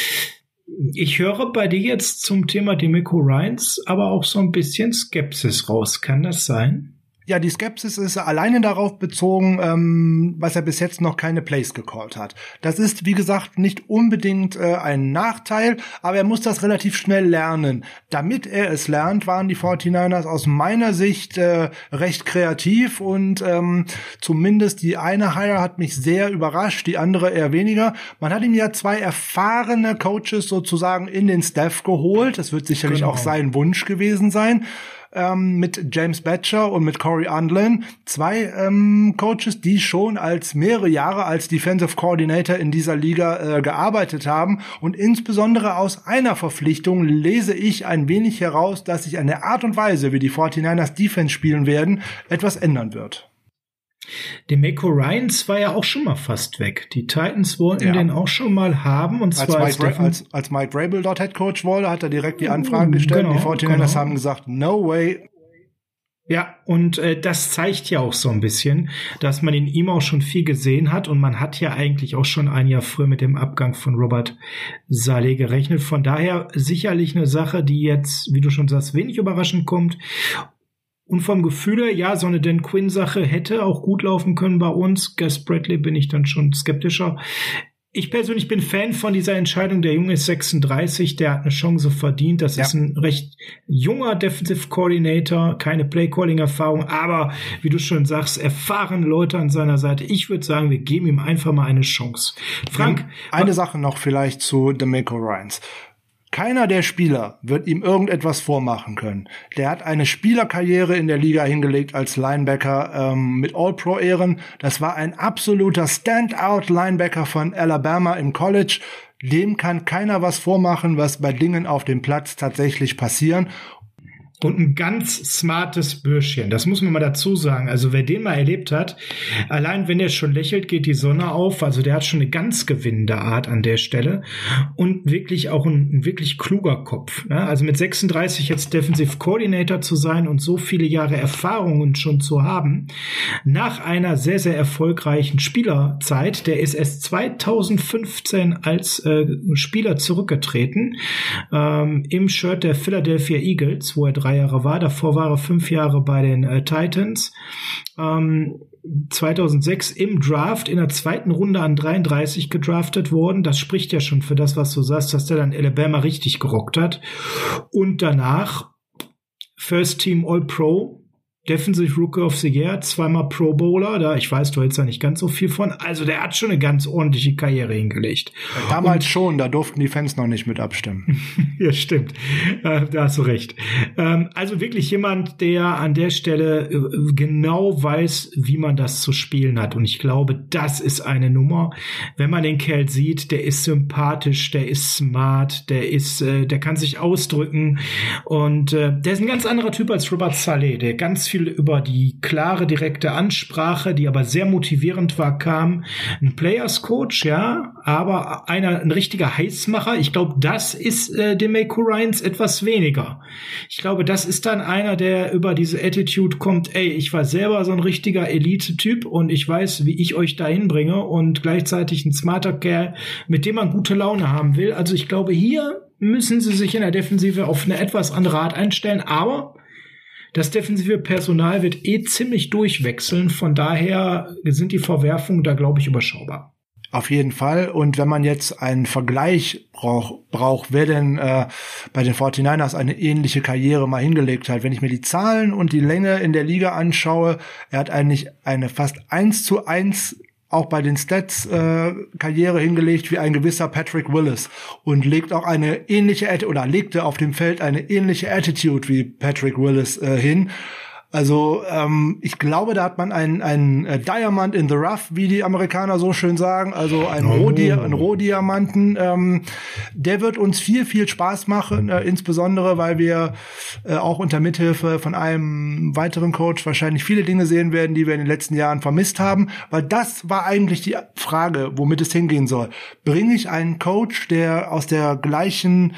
Speaker 1: Ich höre bei dir jetzt zum Thema DeMeco Ryans aber auch so ein bisschen Skepsis raus. Kann das sein?
Speaker 2: Ja, die Skepsis ist alleine darauf bezogen, ähm, was er bis jetzt noch keine Plays gecallt hat. Das ist, wie gesagt, nicht unbedingt äh, ein Nachteil, aber er muss das relativ schnell lernen. Damit er es lernt, waren die forty-niners aus meiner Sicht äh, recht kreativ und ähm, zumindest die eine Hire hat mich sehr überrascht, die andere eher weniger. Man hat ihm ja zwei erfahrene Coaches sozusagen in den Staff geholt. Das wird sicherlich genau auch sein Wunsch gewesen sein. Ähm, mit James Batcher und mit Corey Undlin, zwei ähm, Coaches, die schon als mehrere Jahre als Defensive Coordinator in dieser Liga äh, gearbeitet haben, und insbesondere aus einer Verpflichtung lese ich ein wenig heraus, dass sich an der Art und Weise, wie die forty-niners Defense spielen werden, etwas ändern wird.
Speaker 1: DeMeco Ryans war ja auch schon mal fast weg. Die Titans wollten ja den auch schon mal haben. Und
Speaker 2: als,
Speaker 1: zwar
Speaker 2: Mike
Speaker 1: als,
Speaker 2: Ra- als, als Mike Vrabel dort Head Coach wurde, hat er direkt die Anfrage gestellt. Genau, die forty-niners genau. haben gesagt, no way.
Speaker 1: Ja, und äh, das zeigt ja auch so ein bisschen, dass man in ihm auch schon viel gesehen hat. Und man hat ja eigentlich auch schon ein Jahr früher mit dem Abgang von Robert Saleh gerechnet. Von daher sicherlich eine Sache, die jetzt, wie du schon sagst, wenig überraschend kommt. Und vom Gefühl her, ja, so eine Dan Quinn-Sache hätte auch gut laufen können bei uns. Gus Bradley bin ich dann schon skeptischer. Ich persönlich bin Fan von dieser Entscheidung. Der Junge ist sechsunddreißig, der hat eine Chance verdient. Das ja. ist ein recht junger Defensive Coordinator, keine Play-Calling-Erfahrung, aber wie du schon sagst, erfahrene Leute an seiner Seite. Ich würde sagen, wir geben ihm einfach mal eine Chance. Frank.
Speaker 2: Eine Sache noch vielleicht zu DeMeco Ryans. Keiner der Spieler wird ihm irgendetwas vormachen können. Der hat eine Spielerkarriere in der Liga hingelegt als Linebacker ähm, mit All-Pro-Ehren. Das war ein absoluter Standout-Linebacker von Alabama im College. Dem kann keiner was vormachen, was bei Dingen auf dem Platz tatsächlich passieren.
Speaker 1: Und ein ganz smartes Bürschchen, das muss man mal dazu sagen. Also wer den mal erlebt hat, allein wenn der schon lächelt, geht die Sonne auf. Also der hat schon eine ganz gewinnende Art an der Stelle und wirklich auch ein, ein wirklich kluger Kopf. Ne? Also mit sechsunddreißig jetzt Defensive Coordinator zu sein und so viele Jahre Erfahrungen schon zu haben, nach einer sehr, sehr erfolgreichen Spielerzeit, der ist erst zweitausendfünfzehn als äh, Spieler zurückgetreten, ähm, im Shirt der Philadelphia Eagles, wo er drei Jahre war. Davor war er fünf Jahre bei den äh, Titans. Ähm, zweitausendsechs im Draft in der zweiten Runde an dreiunddreißig gedraftet worden. Das spricht ja schon für das, was du sagst, dass der dann Alabama richtig gerockt hat. Und danach First Team All-Pro, Defensive Rookie of the Year, zweimal Pro Bowler, da ich weiß, du hältst da nicht ganz so viel von. Also der hat schon eine ganz ordentliche Karriere hingelegt.
Speaker 2: Ja, damals und, schon, da durften die Fans noch nicht mit abstimmen.
Speaker 1: Ja, stimmt. Äh, da hast du recht. Ähm, also wirklich jemand, der an der Stelle äh, genau weiß, wie man das zu spielen hat. Und ich glaube, das ist eine Nummer. Wenn man den Kerl sieht, der ist sympathisch, der ist smart, der ist, äh, der kann sich ausdrücken. Und äh, der ist ein ganz anderer Typ als Robert Saleh, der ganz viel über die klare, direkte Ansprache, die aber sehr motivierend war, kam. Ein Players Coach, ja, aber einer, ein richtiger Heißmacher. Ich glaube, das ist äh, DeMeco Ryans etwas weniger. Ich glaube, das ist dann einer, der über diese Attitude kommt, ey, ich war selber so ein richtiger Elite-Typ und ich weiß, wie ich euch dahin bringe und gleichzeitig ein smarter Kerl, mit dem man gute Laune haben will. Also ich glaube, hier müssen sie sich in der Defensive auf eine etwas andere Art einstellen, aber das defensive Personal wird eh ziemlich durchwechseln. Von daher sind die Verwerfungen da, glaube ich, überschaubar.
Speaker 2: Auf jeden Fall. Und wenn man jetzt einen Vergleich braucht, braucht, wer denn äh, bei den forty-niners eine ähnliche Karriere mal hingelegt hat. Wenn ich mir die Zahlen und die Länge in der Liga anschaue, er hat eigentlich eine fast eins zu eins auch bei den Stats äh, Karriere hingelegt wie ein gewisser Patrick Willis und legt auch eine ähnliche oder legte auf dem Feld eine ähnliche Attitude wie Patrick Willis äh, hin. Also ähm, ich glaube, da hat man einen einen äh, Diamond in the rough, wie die Amerikaner so schön sagen, also einen, oh. Rohdi- einen Rohdiamanten. Ähm, der wird uns viel, viel Spaß machen, äh, insbesondere, weil wir äh, auch unter Mithilfe von einem weiteren Coach wahrscheinlich viele Dinge sehen werden, die wir in den letzten Jahren vermisst haben, weil das war eigentlich die Frage, womit es hingehen soll. Bringe ich einen Coach, der aus der gleichen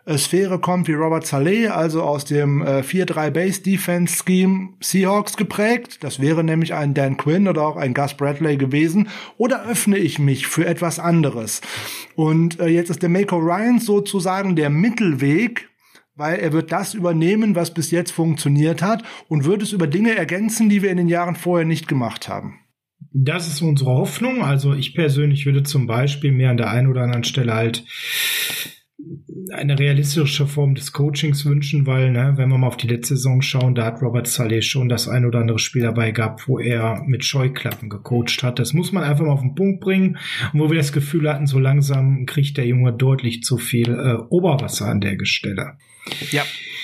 Speaker 2: Sphäre kommt wie Robert Saleh, also aus dem äh, vier drei Base Defense Scheme Seahawks geprägt. Das wäre nämlich ein Dan Quinn oder auch ein Gus Bradley gewesen. Oder öffne ich mich für etwas anderes? Und äh, jetzt ist der Mako Ryans sozusagen der Mittelweg, weil er wird das übernehmen, was bis jetzt funktioniert hat und wird es über Dinge ergänzen, die wir in den Jahren vorher nicht gemacht haben.
Speaker 1: Das ist unsere Hoffnung. Also ich persönlich würde zum Beispiel mir an der einen oder anderen Stelle halt eine realistische Form des Coachings wünschen, weil, ne, wenn wir mal auf die letzte Saison schauen, da hat Robert Saleh schon das ein oder andere Spiel dabei gehabt, wo er mit Scheuklappen gecoacht hat. Das muss man einfach mal auf den Punkt bringen. Und wo wir das Gefühl hatten, so langsam kriegt der Junge deutlich zu viel äh, Oberwasser an der Stelle.
Speaker 2: Ja.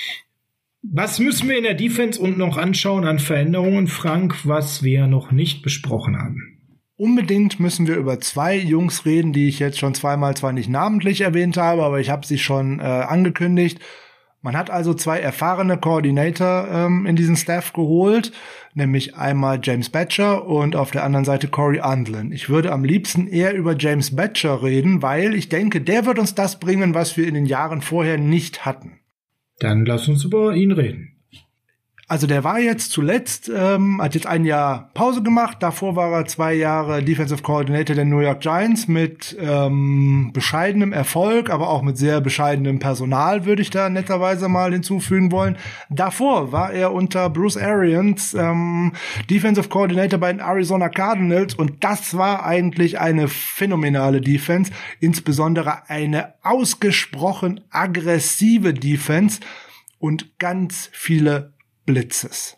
Speaker 1: Was müssen wir in der Defense und noch anschauen an Veränderungen, Frank, was wir noch nicht besprochen haben?
Speaker 2: Unbedingt müssen wir über zwei Jungs reden, die ich jetzt schon zweimal zwar nicht namentlich erwähnt habe, aber ich habe sie schon äh, angekündigt. Man hat also zwei erfahrene Coordinator ähm, in diesen Staff geholt, nämlich einmal James Bettcher und auf der anderen Seite Corey Undlin. Ich würde am liebsten eher über James Bettcher reden, weil ich denke, der wird uns das bringen, was wir in den Jahren vorher nicht hatten.
Speaker 1: Dann lass uns über ihn reden.
Speaker 2: Also der war jetzt zuletzt, ähm, hat jetzt ein Jahr Pause gemacht. Davor war er zwei Jahre Defensive Coordinator der New York Giants mit ähm, bescheidenem Erfolg, aber auch mit sehr bescheidenem Personal, würde ich da netterweise mal hinzufügen wollen. Davor war er unter Bruce Arians ähm, Defensive Coordinator bei den Arizona Cardinals und das war eigentlich eine phänomenale Defense, insbesondere eine ausgesprochen aggressive Defense und ganz viele Blitzes.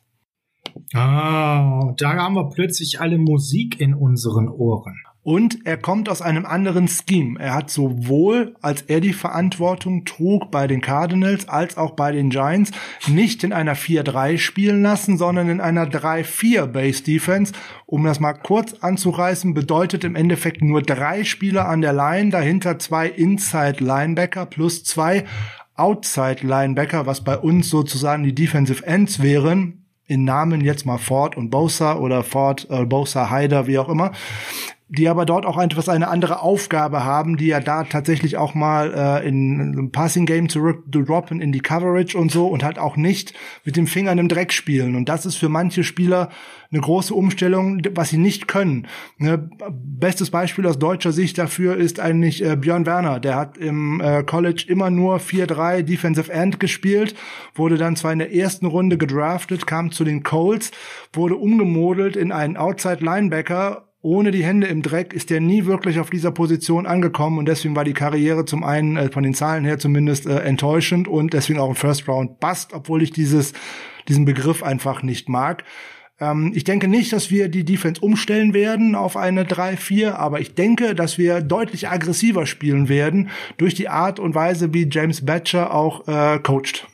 Speaker 1: Ah, da haben wir plötzlich alle Musik in unseren Ohren.
Speaker 2: Und er kommt aus einem anderen Scheme. Er hat sowohl, als er die Verantwortung trug bei den Cardinals, als auch bei den Giants, nicht in einer vier drei spielen lassen, sondern in einer drei vier Base Defense. Um das mal kurz anzureißen, bedeutet im Endeffekt nur drei Spieler an der Line, dahinter zwei Inside Linebacker plus zwei Outside Linebacker, was bei uns sozusagen die Defensive Ends wären, in Namen jetzt mal Ford und Bosa oder Ford, äh, Bosa, Hyder, wie auch immer, die aber dort auch etwas eine andere Aufgabe haben, die ja da tatsächlich auch mal äh, in einem Passing Game zurück zu droppen in die Coverage und so und halt auch nicht mit dem Finger in dem Dreck spielen. Und das ist für manche Spieler eine große Umstellung, was sie nicht können. Ne, bestes Beispiel aus deutscher Sicht dafür ist eigentlich äh, Björn Werner. Der hat im äh, College immer nur vier drei Defensive End gespielt, wurde dann zwar in der ersten Runde gedraftet, kam zu den Colts, wurde umgemodelt in einen Outside Linebacker. Ohne die Hände im Dreck ist er nie wirklich auf dieser Position angekommen und deswegen war die Karriere zum einen äh, von den Zahlen her zumindest äh, enttäuschend und deswegen auch ein First Round Bust, obwohl ich dieses diesen Begriff einfach nicht mag. Ähm, ich denke nicht, dass wir die Defense umstellen werden auf eine drei vier, aber ich denke, dass wir deutlich aggressiver spielen werden durch die Art und Weise, wie James Bettcher auch äh, coacht.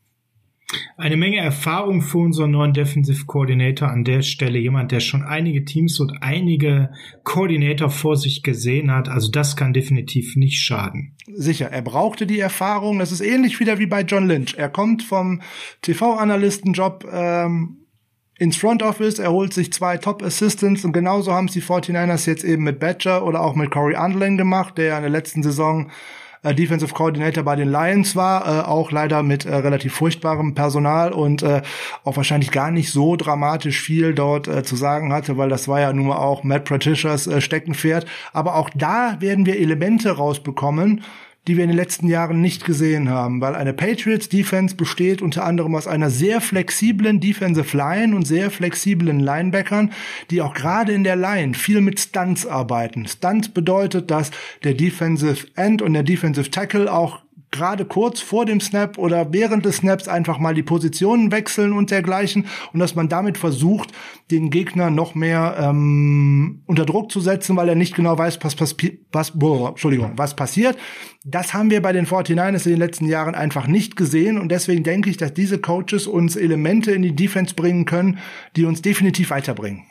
Speaker 1: Eine Menge Erfahrung für unseren neuen Defensive Coordinator an der Stelle. Jemand, der schon einige Teams und einige Coordinator vor sich gesehen hat. Also das kann definitiv nicht schaden.
Speaker 2: Sicher, er brauchte die Erfahrung. Das ist ähnlich wieder wie bei John Lynch. Er kommt vom T V-Analystenjob ähm, ins Front Office. Er holt sich zwei Top-Assistants und genauso haben es die forty-niners jetzt eben mit Bettcher oder auch mit Corey Undlin gemacht, der in der letzten Saison Defensive Coordinator bei den Lions war, äh, auch leider mit äh, relativ furchtbarem Personal und äh, auch wahrscheinlich gar nicht so dramatisch viel dort äh, zu sagen hatte, weil das war ja nun mal auch Matt Patricias äh, Steckenpferd. Aber auch da werden wir Elemente rausbekommen, die wir in den letzten Jahren nicht gesehen haben, weil eine Patriots-Defense besteht unter anderem aus einer sehr flexiblen Defensive Line und sehr flexiblen Linebackern, die auch gerade in der Line viel mit Stunts arbeiten. Stunts bedeutet, dass der Defensive End und der Defensive Tackle auch gerade kurz vor dem Snap oder während des Snaps einfach mal die Positionen wechseln und dergleichen und dass man damit versucht, den Gegner noch mehr ähm, unter Druck zu setzen, weil er nicht genau weiß, was, was, was, boah, Entschuldigung, was passiert. Das haben wir bei den forty-niners in den letzten Jahren einfach nicht gesehen und deswegen denke ich, dass diese Coaches uns Elemente in die Defense bringen können, die uns definitiv weiterbringen.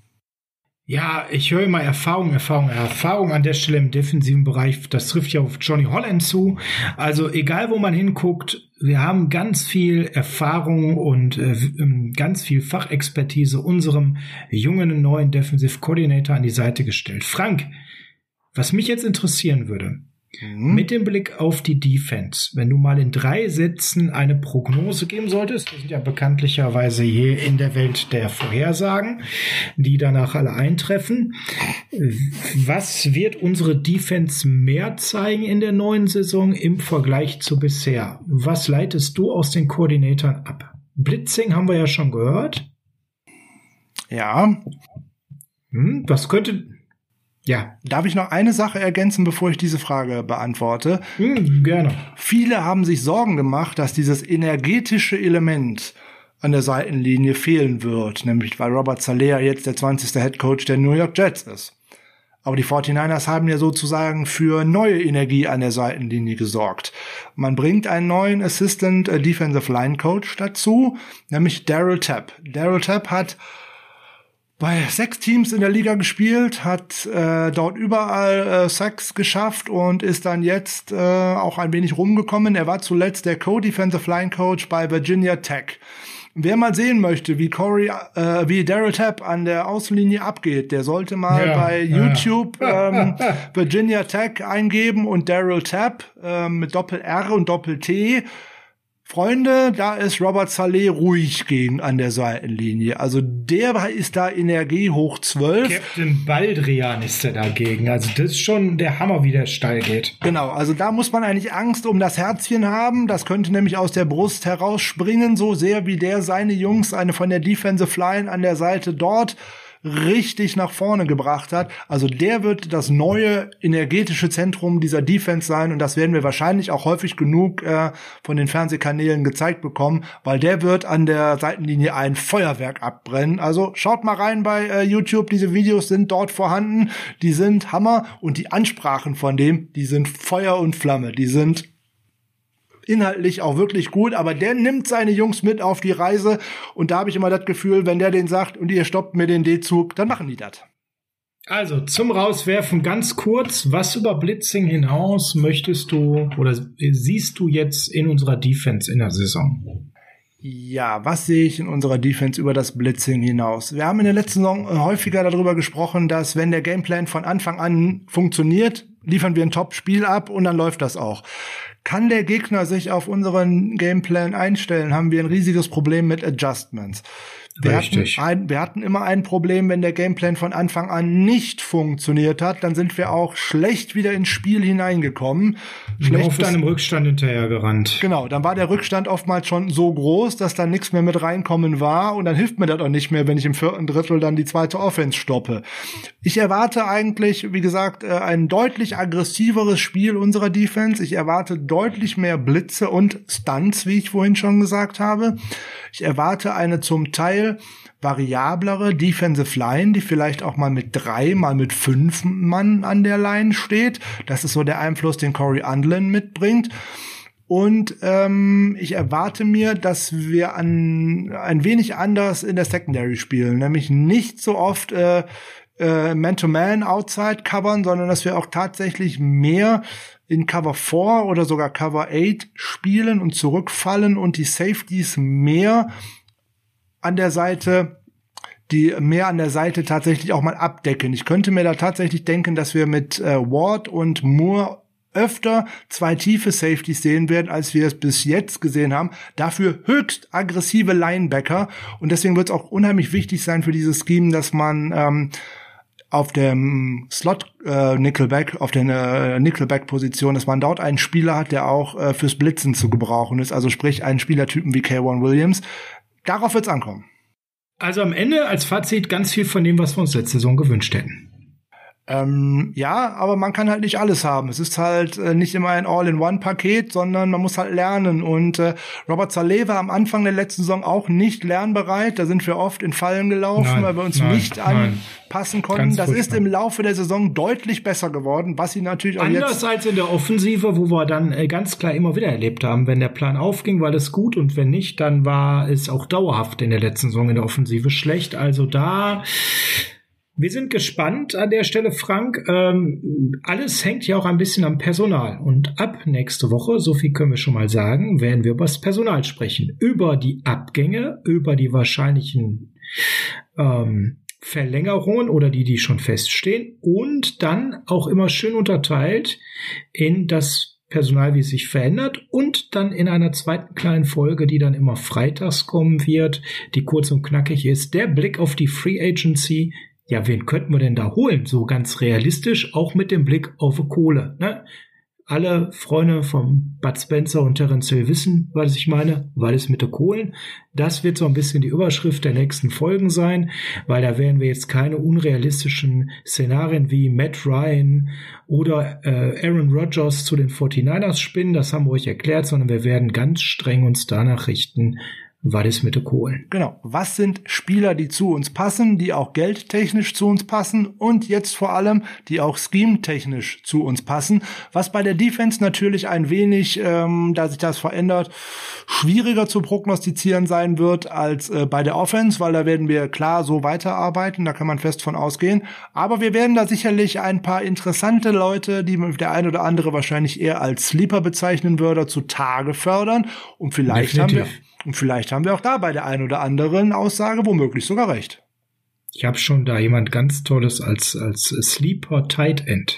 Speaker 1: Ja, ich höre immer Erfahrung, Erfahrung, Erfahrung an der Stelle im defensiven Bereich. Das trifft ja auf Johnny Holland zu. Also egal, wo man hinguckt, wir haben ganz viel Erfahrung und äh, ganz viel Fachexpertise unserem jungen neuen Defensive Coordinator an die Seite gestellt. Frank, was mich jetzt interessieren würde, Mhm. Mit dem Blick auf die Defense, wenn du mal in drei Sätzen eine Prognose geben solltest, wir sind ja bekanntlicherweise hier in der Welt der Vorhersagen, die danach alle eintreffen. Was wird unsere Defense mehr zeigen in der neuen Saison im Vergleich zu bisher? Was leitest du aus den Koordinatoren ab? Blitzing haben wir ja schon gehört.
Speaker 2: Ja.
Speaker 1: Hm, was könnte... Ja.
Speaker 2: Darf ich noch eine Sache ergänzen, bevor ich diese Frage beantworte?
Speaker 1: Hm, gerne.
Speaker 2: Viele haben sich Sorgen gemacht, dass dieses energetische Element an der Seitenlinie fehlen wird, nämlich weil Robert Saleh jetzt der zwanzigste Head Coach der New York Jets ist. Aber die forty-niners haben ja sozusagen für neue Energie an der Seitenlinie gesorgt. Man bringt einen neuen Assistant Defensive Line Coach dazu, nämlich Daryl Tapp. Daryl Tapp hat bei sechs Teams in der Liga gespielt, hat äh, dort überall äh, Sacks geschafft und ist dann jetzt äh, auch ein wenig rumgekommen. Er war zuletzt der Co-Defensive Line Coach bei Virginia Tech. Wer mal sehen möchte, wie Corey, äh, wie Daryl Tapp an der Außenlinie abgeht, der sollte mal ja, bei YouTube ja. ähm, Virginia Tech eingeben und Daryl Tapp äh, mit Doppel-R und Doppel-T. Freunde, da ist Robert Saleh ruhig gegen an der Seitenlinie. Also der ist da Energie hoch zwölf.
Speaker 1: Captain Baldrian ist er dagegen. Also das ist schon der Hammer, wie der steil geht.
Speaker 2: Genau, also da muss man eigentlich Angst um das Herzchen haben. Das könnte nämlich aus der Brust herausspringen, so sehr wie der seine Jungs eine von der Defensive Line an der Seite dort richtig nach vorne gebracht hat. Also der wird das neue energetische Zentrum dieser Defense sein und das werden wir wahrscheinlich auch häufig genug äh, von den Fernsehkanälen gezeigt bekommen, weil der wird an der Seitenlinie ein Feuerwerk abbrennen. Also schaut mal rein bei äh, YouTube, diese Videos sind dort vorhanden, die sind Hammer und die Ansprachen von dem, die sind Feuer und Flamme, die sind inhaltlich auch wirklich gut, aber der nimmt seine Jungs mit auf die Reise und da habe ich immer das Gefühl, wenn der den sagt und ihr stoppt mir den D-Zug, dann machen die das.
Speaker 1: Also zum Rauswerfen ganz kurz, was über Blitzing hinaus möchtest du oder siehst du jetzt in unserer Defense in der Saison?
Speaker 2: Ja, was sehe ich in unserer Defense über das Blitzing hinaus? Wir haben in der letzten Saison häufiger darüber gesprochen, dass wenn der Gameplan von Anfang an funktioniert, liefern wir ein Top-Spiel ab und dann läuft das auch. Kann der Gegner sich auf unseren Gameplan einstellen, haben wir ein riesiges Problem mit Adjustments. Wir hatten, ein, wir hatten immer ein Problem, wenn der Gameplan von Anfang an nicht funktioniert hat, dann sind wir auch schlecht wieder ins Spiel hineingekommen.
Speaker 1: Schlecht auf einem Rückstand hinterhergerannt.
Speaker 2: Genau, dann war der Rückstand oftmals schon so groß, dass da nichts mehr mit reinkommen war und dann hilft mir das auch nicht mehr, wenn ich im vierten Drittel dann die zweite Offense stoppe. Ich erwarte eigentlich, wie gesagt, ein deutlich aggressiveres Spiel unserer Defense. Ich erwarte deutlich mehr Blitze und Stunts, wie ich vorhin schon gesagt habe. Ich erwarte eine zum Teil variablere Defensive Line, die vielleicht auch mal mit drei, mal mit fünf Mann an der Line steht. Das ist so der Einfluss, den Corey Undlin mitbringt. Und ähm, ich erwarte mir, dass wir an ein wenig anders in der Secondary spielen, nämlich nicht so oft äh, äh, Man-to-Man outside covern, sondern dass wir auch tatsächlich mehr in Cover vier oder sogar Cover acht spielen und zurückfallen und die Safeties mehr an der Seite, die mehr an der Seite tatsächlich auch mal abdecken. Ich könnte mir da tatsächlich denken, dass wir mit äh, Ward und Moore öfter zwei tiefe Safeties sehen werden, als wir es bis jetzt gesehen haben. Dafür höchst aggressive Linebacker und deswegen wird es auch unheimlich wichtig sein für dieses Scheme, dass man ähm, auf dem Slot äh, Nickelback, auf der äh, Nickelback-Position, dass man dort einen Spieler hat, der auch äh, fürs Blitzen zu gebrauchen ist, also sprich einen Spielertypen wie K'Waun Williams. Darauf wird's ankommen.
Speaker 1: Also am Ende als Fazit ganz viel von dem, was wir uns letzte Saison gewünscht hätten.
Speaker 2: Ähm, ja, aber man kann halt nicht alles haben. Es ist halt äh, nicht immer ein All-in-One-Paket, sondern man muss halt lernen. Und äh, Robert Saleh war am Anfang der letzten Saison auch nicht lernbereit. Da sind wir oft in Fallen gelaufen, nein, weil wir uns nein, nicht anpassen konnten. Ganz das furchtbar. Ist im Laufe der Saison deutlich besser geworden, was sie natürlich auch
Speaker 1: anders
Speaker 2: jetzt
Speaker 1: als in der Offensive, wo wir dann äh, ganz klar immer wieder erlebt haben, wenn der Plan aufging, war das gut und wenn nicht, dann war es auch dauerhaft in der letzten Saison in der Offensive schlecht. Also da wir sind gespannt an der Stelle, Frank. Ähm, alles hängt ja auch ein bisschen am Personal. Und ab nächste Woche, so viel können wir schon mal sagen, werden wir über das Personal sprechen. Über die Abgänge, über die wahrscheinlichen ähm, Verlängerungen oder die, die schon feststehen und dann auch immer schön unterteilt in das Personal, wie es sich verändert und dann in einer zweiten kleinen Folge, die dann immer freitags kommen wird, die kurz und knackig ist, der Blick auf die Free Agency. Ja, wen könnten wir denn da holen? So ganz realistisch, auch mit dem Blick auf die Kohle, ne? Alle Freunde von Bud Spencer und Terence Hill wissen, was ich meine, weil es mit der Kohlen. Das wird so ein bisschen die Überschrift der nächsten Folgen sein, weil da werden wir jetzt keine unrealistischen Szenarien wie Matt Ryan oder äh, Aaron Rodgers zu den forty-niners spinnen, das haben wir euch erklärt, sondern wir werden ganz streng uns danach richten, was ist mit der Kohlen.
Speaker 2: Genau. Was sind Spieler, die zu uns passen, die auch geldtechnisch zu uns passen und jetzt vor allem, die auch scheme-technisch zu uns passen. Was bei der Defense natürlich ein wenig, ähm, da sich das verändert, schwieriger zu prognostizieren sein wird als äh, bei der Offense, weil da werden wir klar so weiterarbeiten, da kann man fest von ausgehen. Aber wir werden da sicherlich ein paar interessante Leute, die der ein oder andere wahrscheinlich eher als Sleeper bezeichnen würde, zutage fördern. Und vielleicht Definitiv. haben wir Und vielleicht haben wir auch da bei der einen oder anderen Aussage womöglich sogar recht.
Speaker 1: Ich habe schon da jemand ganz Tolles als als Sleeper Tight End.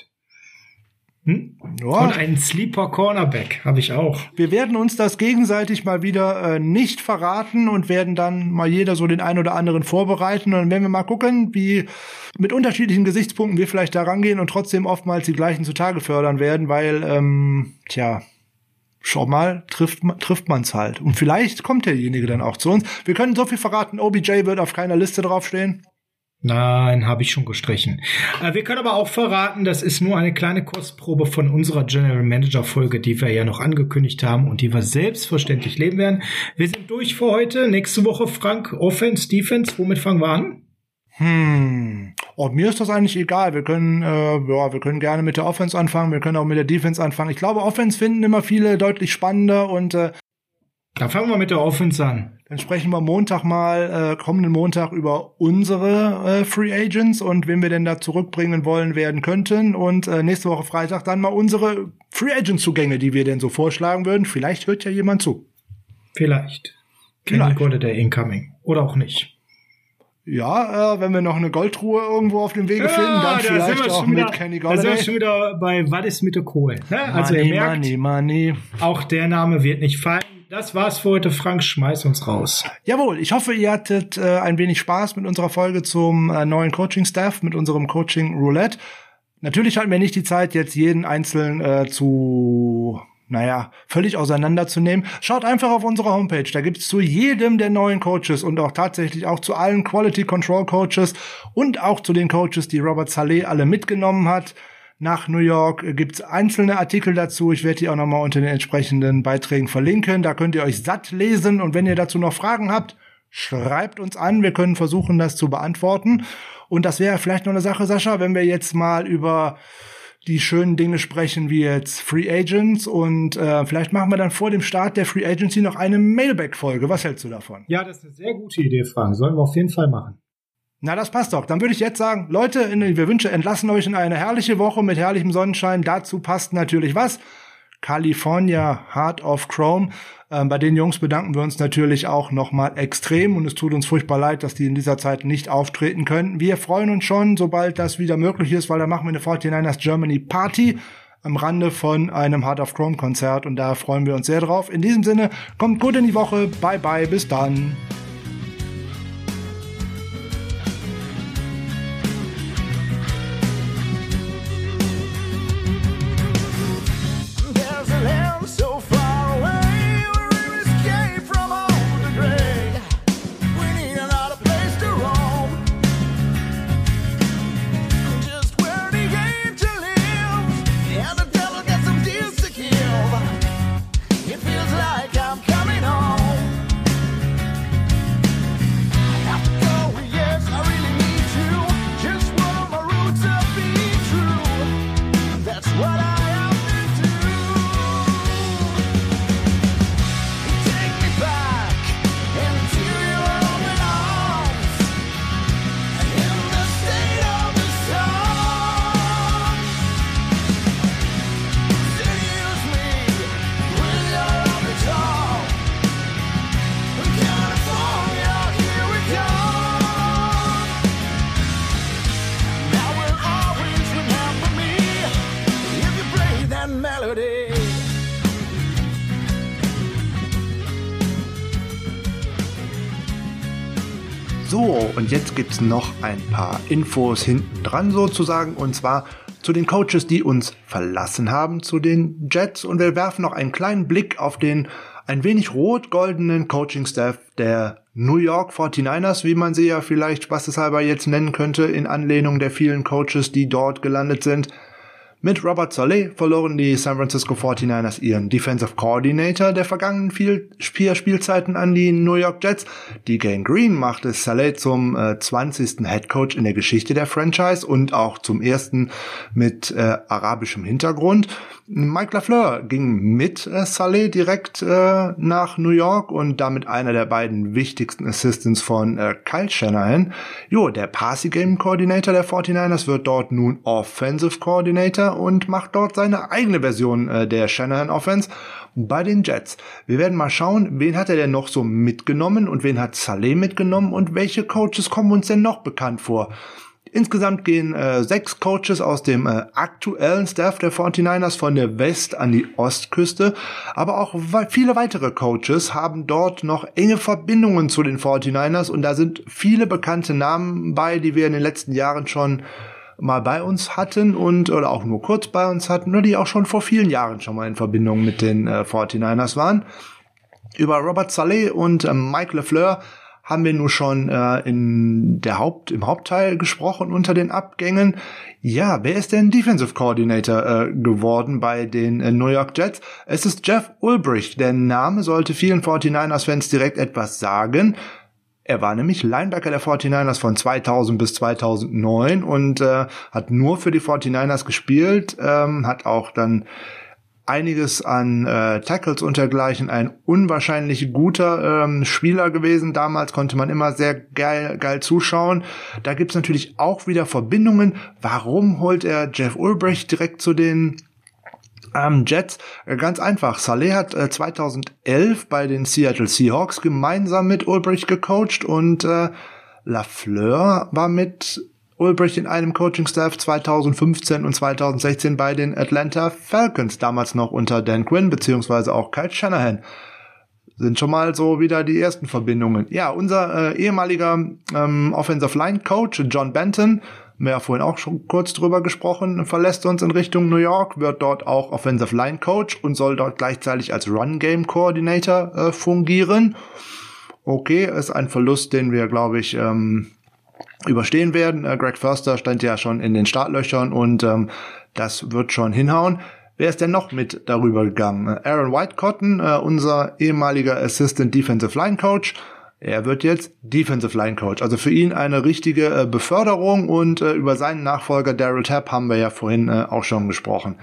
Speaker 1: Hm? Ja. Und einen Sleeper Cornerback habe ich auch.
Speaker 2: Wir werden uns das gegenseitig mal wieder äh, nicht verraten und werden dann mal jeder so den einen oder anderen vorbereiten. Und dann werden wir mal gucken, wie mit unterschiedlichen Gesichtspunkten wir vielleicht da rangehen und trotzdem oftmals die gleichen zutage fördern werden, weil, ähm, tja, schau mal, trifft, trifft man's halt. Und vielleicht kommt derjenige dann auch zu uns. Wir können so viel verraten, O B J wird auf keiner Liste draufstehen.
Speaker 1: Nein, habe ich schon gestrichen. Äh, wir können aber auch verraten, das ist nur eine kleine Kostprobe von unserer General Manager Folge, die wir ja noch angekündigt haben und die wir selbstverständlich leben werden. Wir sind durch für heute. Nächste Woche, Frank, Offense, Defense. Womit fangen wir an?
Speaker 2: Hm, oh, mir ist das eigentlich egal. Wir können, äh, ja, wir können gerne mit der Offense anfangen. Wir können auch mit der Defense anfangen. Ich glaube, Offense finden immer viele deutlich spannender und äh,
Speaker 1: da fangen wir mit der Offense an.
Speaker 2: Dann sprechen wir Montag mal, äh, kommenden Montag über unsere äh, Free Agents und wen wir denn da zurückbringen wollen werden könnten und äh, nächste Woche Freitag dann mal unsere Free Agent Zugänge, die wir denn so vorschlagen würden. Vielleicht hört ja jemand zu.
Speaker 1: Vielleicht. Kenny Golladay incoming. Oder auch nicht.
Speaker 2: Ja, äh, wenn wir noch eine Goldruhe irgendwo auf dem Wege ja, finden, dann da vielleicht auch mit wieder, Kenny Golladay.
Speaker 1: Da sind wir schon wieder bei Was ist mit der Kohle? Ne? Also
Speaker 2: money,
Speaker 1: ihr merkt,
Speaker 2: money, money.
Speaker 1: Auch der Name wird nicht fallen. Das war's für heute, Frank. Schmeiß uns raus.
Speaker 2: Jawohl, ich hoffe, ihr hattet äh, ein wenig Spaß mit unserer Folge zum äh, neuen Coaching-Staff, mit unserem Coaching-Roulette. Natürlich hatten wir nicht die Zeit, jetzt jeden Einzelnen äh, zu... naja, völlig auseinanderzunehmen. Schaut einfach auf unsere Homepage. Da gibt's zu jedem der neuen Coaches und auch tatsächlich auch zu allen Quality Control Coaches und auch zu den Coaches, die Robert Saleh alle mitgenommen hat nach New York, gibt's einzelne Artikel dazu. Ich werde die auch nochmal unter den entsprechenden Beiträgen verlinken. Da könnt ihr euch satt lesen und wenn ihr dazu noch Fragen habt, schreibt uns an. Wir können versuchen, das zu beantworten. Und das wäre vielleicht noch eine Sache, Sascha, wenn wir jetzt mal über die schönen Dinge sprechen wie jetzt Free Agents und äh, vielleicht machen wir dann vor dem Start der Free Agency noch eine Mailback-Folge. Was hältst du davon?
Speaker 1: Ja, das ist eine sehr gute Idee, Frank. Sollen wir auf jeden Fall machen.
Speaker 2: Na, das passt doch. Dann würde ich jetzt sagen, Leute, wir wünschen, entlassen euch in eine herrliche Woche mit herrlichem Sonnenschein. Dazu passt natürlich was? California Heart of Chrome. Ähm, bei den Jungs bedanken wir uns natürlich auch nochmal extrem und es tut uns furchtbar leid, dass die in dieser Zeit nicht auftreten können. Wir freuen uns schon, sobald das wieder möglich ist, weil da machen wir eine forty-niners Germany Party am Rande von einem Heart of Chrome Konzert und da freuen wir uns sehr drauf. In diesem Sinne, kommt gut in die Woche. Bye bye, bis dann. So, und jetzt gibt's noch ein paar Infos hinten dran sozusagen, und zwar zu den Coaches, die uns verlassen haben, zu den Jets, und wir werfen noch einen kleinen Blick auf den ein wenig rot-goldenen Coaching-Staff der New York forty-niners, wie man sie ja vielleicht spaßeshalber jetzt nennen könnte, in Anlehnung der vielen Coaches, die dort gelandet sind. Mit Robert Saleh verloren die San Francisco forty-niners ihren Defensive Coordinator der vergangenen vier Spielzeiten an die New York Jets. Die Gang Green machte Saleh zum äh, zwanzigsten Head Coach in der Geschichte der Franchise und auch zum ersten mit äh, arabischem Hintergrund. Mike LaFleur ging mit äh, Saleh direkt äh, nach New York und damit einer der beiden wichtigsten Assistants von äh, Kyle Shanahan. Jo, der Passing Game Coordinator der forty-niners wird dort nun Offensive Coordinator und macht dort seine eigene Version äh, der Shanahan Offense bei den Jets. Wir werden mal schauen, wen hat er denn noch so mitgenommen und wen hat Saleh mitgenommen und welche Coaches kommen uns denn noch bekannt vor. Insgesamt gehen äh, sechs Coaches aus dem äh, aktuellen Staff der forty-niners von der West- an die Ostküste, aber auch we- viele weitere Coaches haben dort noch enge Verbindungen zu den forty-niners und da sind viele bekannte Namen bei, die wir in den letzten Jahren schon mal bei uns hatten und oder auch nur kurz bei uns hatten oder die auch schon vor vielen Jahren schon mal in Verbindung mit den äh, forty-niners waren. Über Robert Saleh und äh, Mike LaFleur haben wir nur schon äh, in der Haupt im Hauptteil gesprochen unter den Abgängen. Ja, wer ist denn Defensive Coordinator äh, geworden bei den äh, New York Jets? Es ist Jeff Ulbrich. Der Name sollte vielen forty-niners-Fans direkt etwas sagen. Er war nämlich Linebacker der forty-niners von zweitausend bis zweitausendneun und äh, hat nur für die forty-niners gespielt, ähm, hat auch dann einiges an äh, Tackles und dergleichen, ein unwahrscheinlich guter ähm, Spieler gewesen. Damals konnte man immer sehr geil, geil zuschauen. Da gibt's natürlich auch wieder Verbindungen. Warum holt er Jeff Ulbrich direkt zu den ähm, Jets? Äh, ganz einfach. Saleh hat äh, zweitausendelf bei den Seattle Seahawks gemeinsam mit Ulbrich gecoacht und äh, LaFleur war mit Ulbrich in einem Coaching-Staff zweitausendfünfzehn und zweitausendsechzehn bei den Atlanta Falcons, damals noch unter Dan Quinn, beziehungsweise auch Kyle Shanahan. Sind schon mal so wieder die ersten Verbindungen. Ja, unser äh, ehemaliger ähm, Offensive Line Coach John Benton, wir haben ja vorhin auch schon kurz drüber gesprochen, verlässt uns in Richtung New York, wird dort auch Offensive Line Coach und soll dort gleichzeitig als Run Game Coordinator äh, fungieren. Okay, ist ein Verlust, den wir, glaube ich, ähm, überstehen werden. Äh, Greg Förster stand ja schon in den Startlöchern und ähm, das wird schon hinhauen. Wer ist denn noch mit darüber gegangen? Äh, Aaron Whitecotton, äh, unser ehemaliger Assistant Defensive Line Coach. Er wird jetzt Defensive Line Coach. Also für ihn eine richtige äh, Beförderung und äh, über seinen Nachfolger Daryl Tapp haben wir ja vorhin äh, auch schon gesprochen.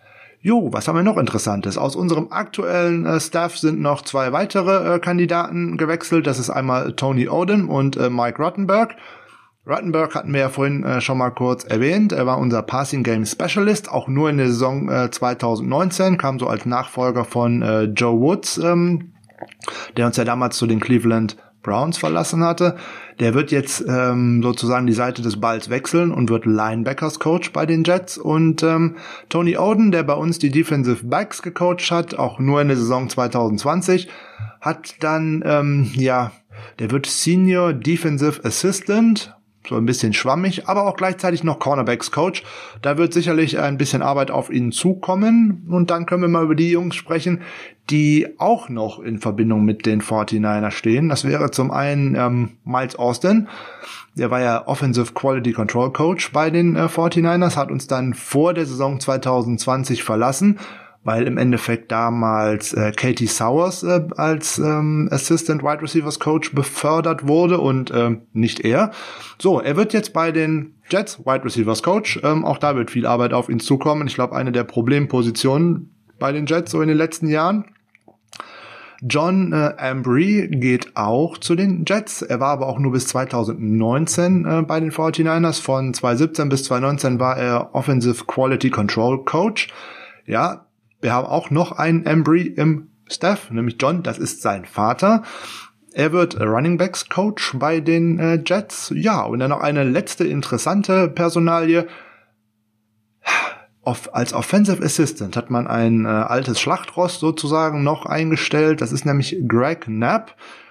Speaker 2: Jo, was haben wir noch Interessantes? Aus unserem aktuellen äh, Staff sind noch zwei weitere äh, Kandidaten gewechselt. Das ist einmal Tony Odom und äh, Mike Rottenberg. Rottenberg hatten wir ja vorhin äh, schon mal kurz erwähnt. Er war unser Passing Game Specialist, auch nur in der Saison äh, zweitausendneunzehn, kam so als Nachfolger von äh, Joe Woods, ähm, der uns ja damals zu den Cleveland Browns verlassen hatte. Der wird jetzt ähm, sozusagen die Seite des Balls wechseln und wird Linebackers Coach bei den Jets. Und ähm, Tony Odom, der bei uns die Defensive Backs gecoacht hat, auch nur in der Saison zweitausendzwanzig, hat dann, ähm, ja, der wird Senior Defensive Assistant, so ein bisschen schwammig, aber auch gleichzeitig noch Cornerbacks Coach. Da wird sicherlich ein bisschen Arbeit auf ihn zukommen. Und dann können wir mal über die Jungs sprechen, die auch noch in Verbindung mit den forty-niners stehen. Das wäre zum einen ähm, Miles Austin. Der war ja Offensive Quality Control Coach bei den äh, forty-niners, hat uns dann vor der Saison zweitausendzwanzig verlassen, weil im Endeffekt damals äh, Katie Sowers äh, als ähm, Assistant Wide Receivers Coach befördert wurde und ähm, nicht er. So, er wird jetzt bei den Jets Wide Receivers Coach. Ähm, auch da wird viel Arbeit auf ihn zukommen. Ich glaube, eine der Problempositionen bei den Jets so in den letzten Jahren. John äh, Ambry geht auch zu den Jets. Er war aber auch nur bis zweitausendneunzehn äh, bei den forty-niners. Von zweitausendsiebzehn bis zweitausendneunzehn war er Offensive Quality Control Coach. Ja, wir haben auch noch einen Ambry im Staff, nämlich John, das ist sein Vater. Er wird Running Backs Coach bei den äh, Jets. Ja, und dann noch eine letzte interessante Personalie. Off, als Offensive Assistant hat man ein äh, altes Schlachtrost sozusagen noch eingestellt. Das ist nämlich Greg Knapp.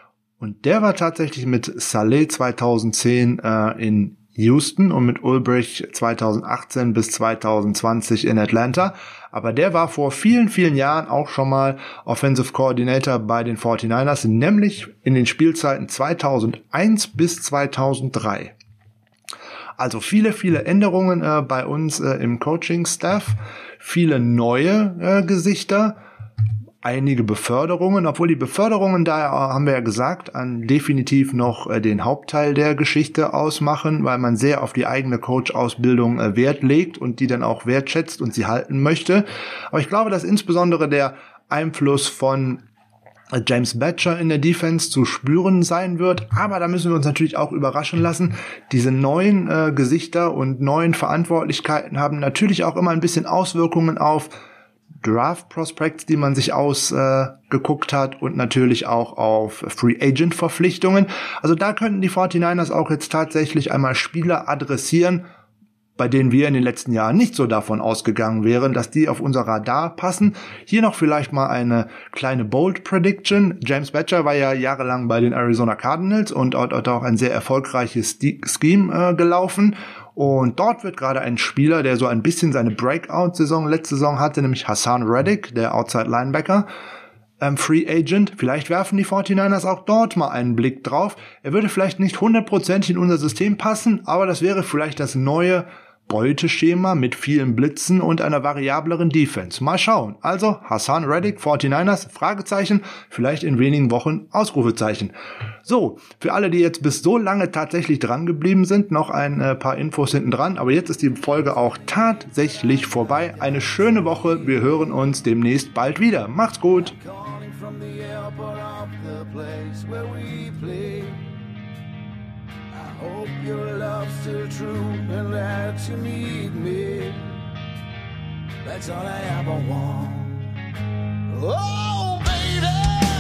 Speaker 2: Und der war tatsächlich mit Saleh zweitausendzehn äh, in Houston und mit Ulbrich zweitausendachtzehn bis zweitausendzwanzig in Atlanta. Aber der war vor vielen, vielen Jahren auch schon mal Offensive Coordinator bei den forty-niners, nämlich in den Spielzeiten zweitausendeins bis zweitausenddrei. Also viele, viele Änderungen äh, bei uns äh, im Coaching-Staff, viele neue äh, Gesichter, einige Beförderungen, obwohl die Beförderungen da, haben wir ja gesagt, an definitiv noch äh, den Hauptteil der Geschichte ausmachen, weil man sehr auf die eigene Coach-Ausbildung äh, Wert legt und die dann auch wertschätzt und sie halten möchte. Aber ich glaube, dass insbesondere der Einfluss von James Batcher in der Defense zu spüren sein wird, aber da müssen wir uns natürlich auch überraschen lassen. Diese neuen äh, Gesichter und neuen Verantwortlichkeiten haben natürlich auch immer ein bisschen Auswirkungen auf Draft Prospects, die man sich ausgeguckt äh, hat und natürlich auch auf Free Agent Verpflichtungen. Also da könnten die forty-niners auch jetzt tatsächlich einmal Spieler adressieren, bei denen wir in den letzten Jahren nicht so davon ausgegangen wären, dass die auf unser Radar passen. Hier noch vielleicht mal eine kleine Bold Prediction. James Batcher war ja jahrelang bei den Arizona Cardinals und hat auch ein sehr erfolgreiches Scheme äh, gelaufen. Und dort wird gerade ein Spieler, der so ein bisschen seine Breakout-Saison letzte Saison hatte, nämlich Hassan Reddick, der Outside-Linebacker, ähm, Free Agent. Vielleicht werfen die forty-niners auch dort mal einen Blick drauf. Er würde vielleicht nicht hundertprozentig in unser System passen, aber das wäre vielleicht das neue Beuteschema mit vielen Blitzen und einer variableren Defense. Mal schauen. Also Hassan Reddick, forty-niners, Fragezeichen, vielleicht in wenigen Wochen Ausrufezeichen. So, für alle, die jetzt bis so lange tatsächlich dran geblieben sind, noch ein äh, paar Infos hinten dran. Aber jetzt ist die Folge auch tatsächlich vorbei. Eine schöne Woche. Wir hören uns demnächst bald wieder. Macht's gut. Hope your love's still true and that you need me. That's all I ever want. Oh, baby,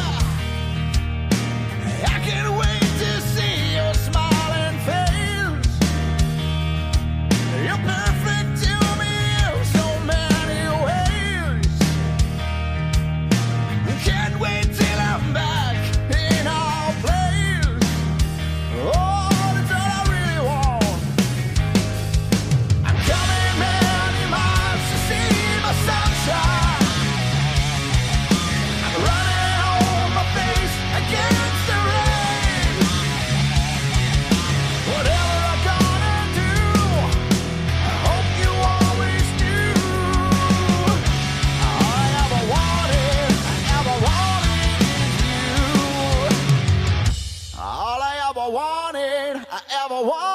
Speaker 2: I can't wait to see your smiling face. You're perfect to me in so many ways. Can't wait till I'm back in our place. Oh, wanted, I ever wanted.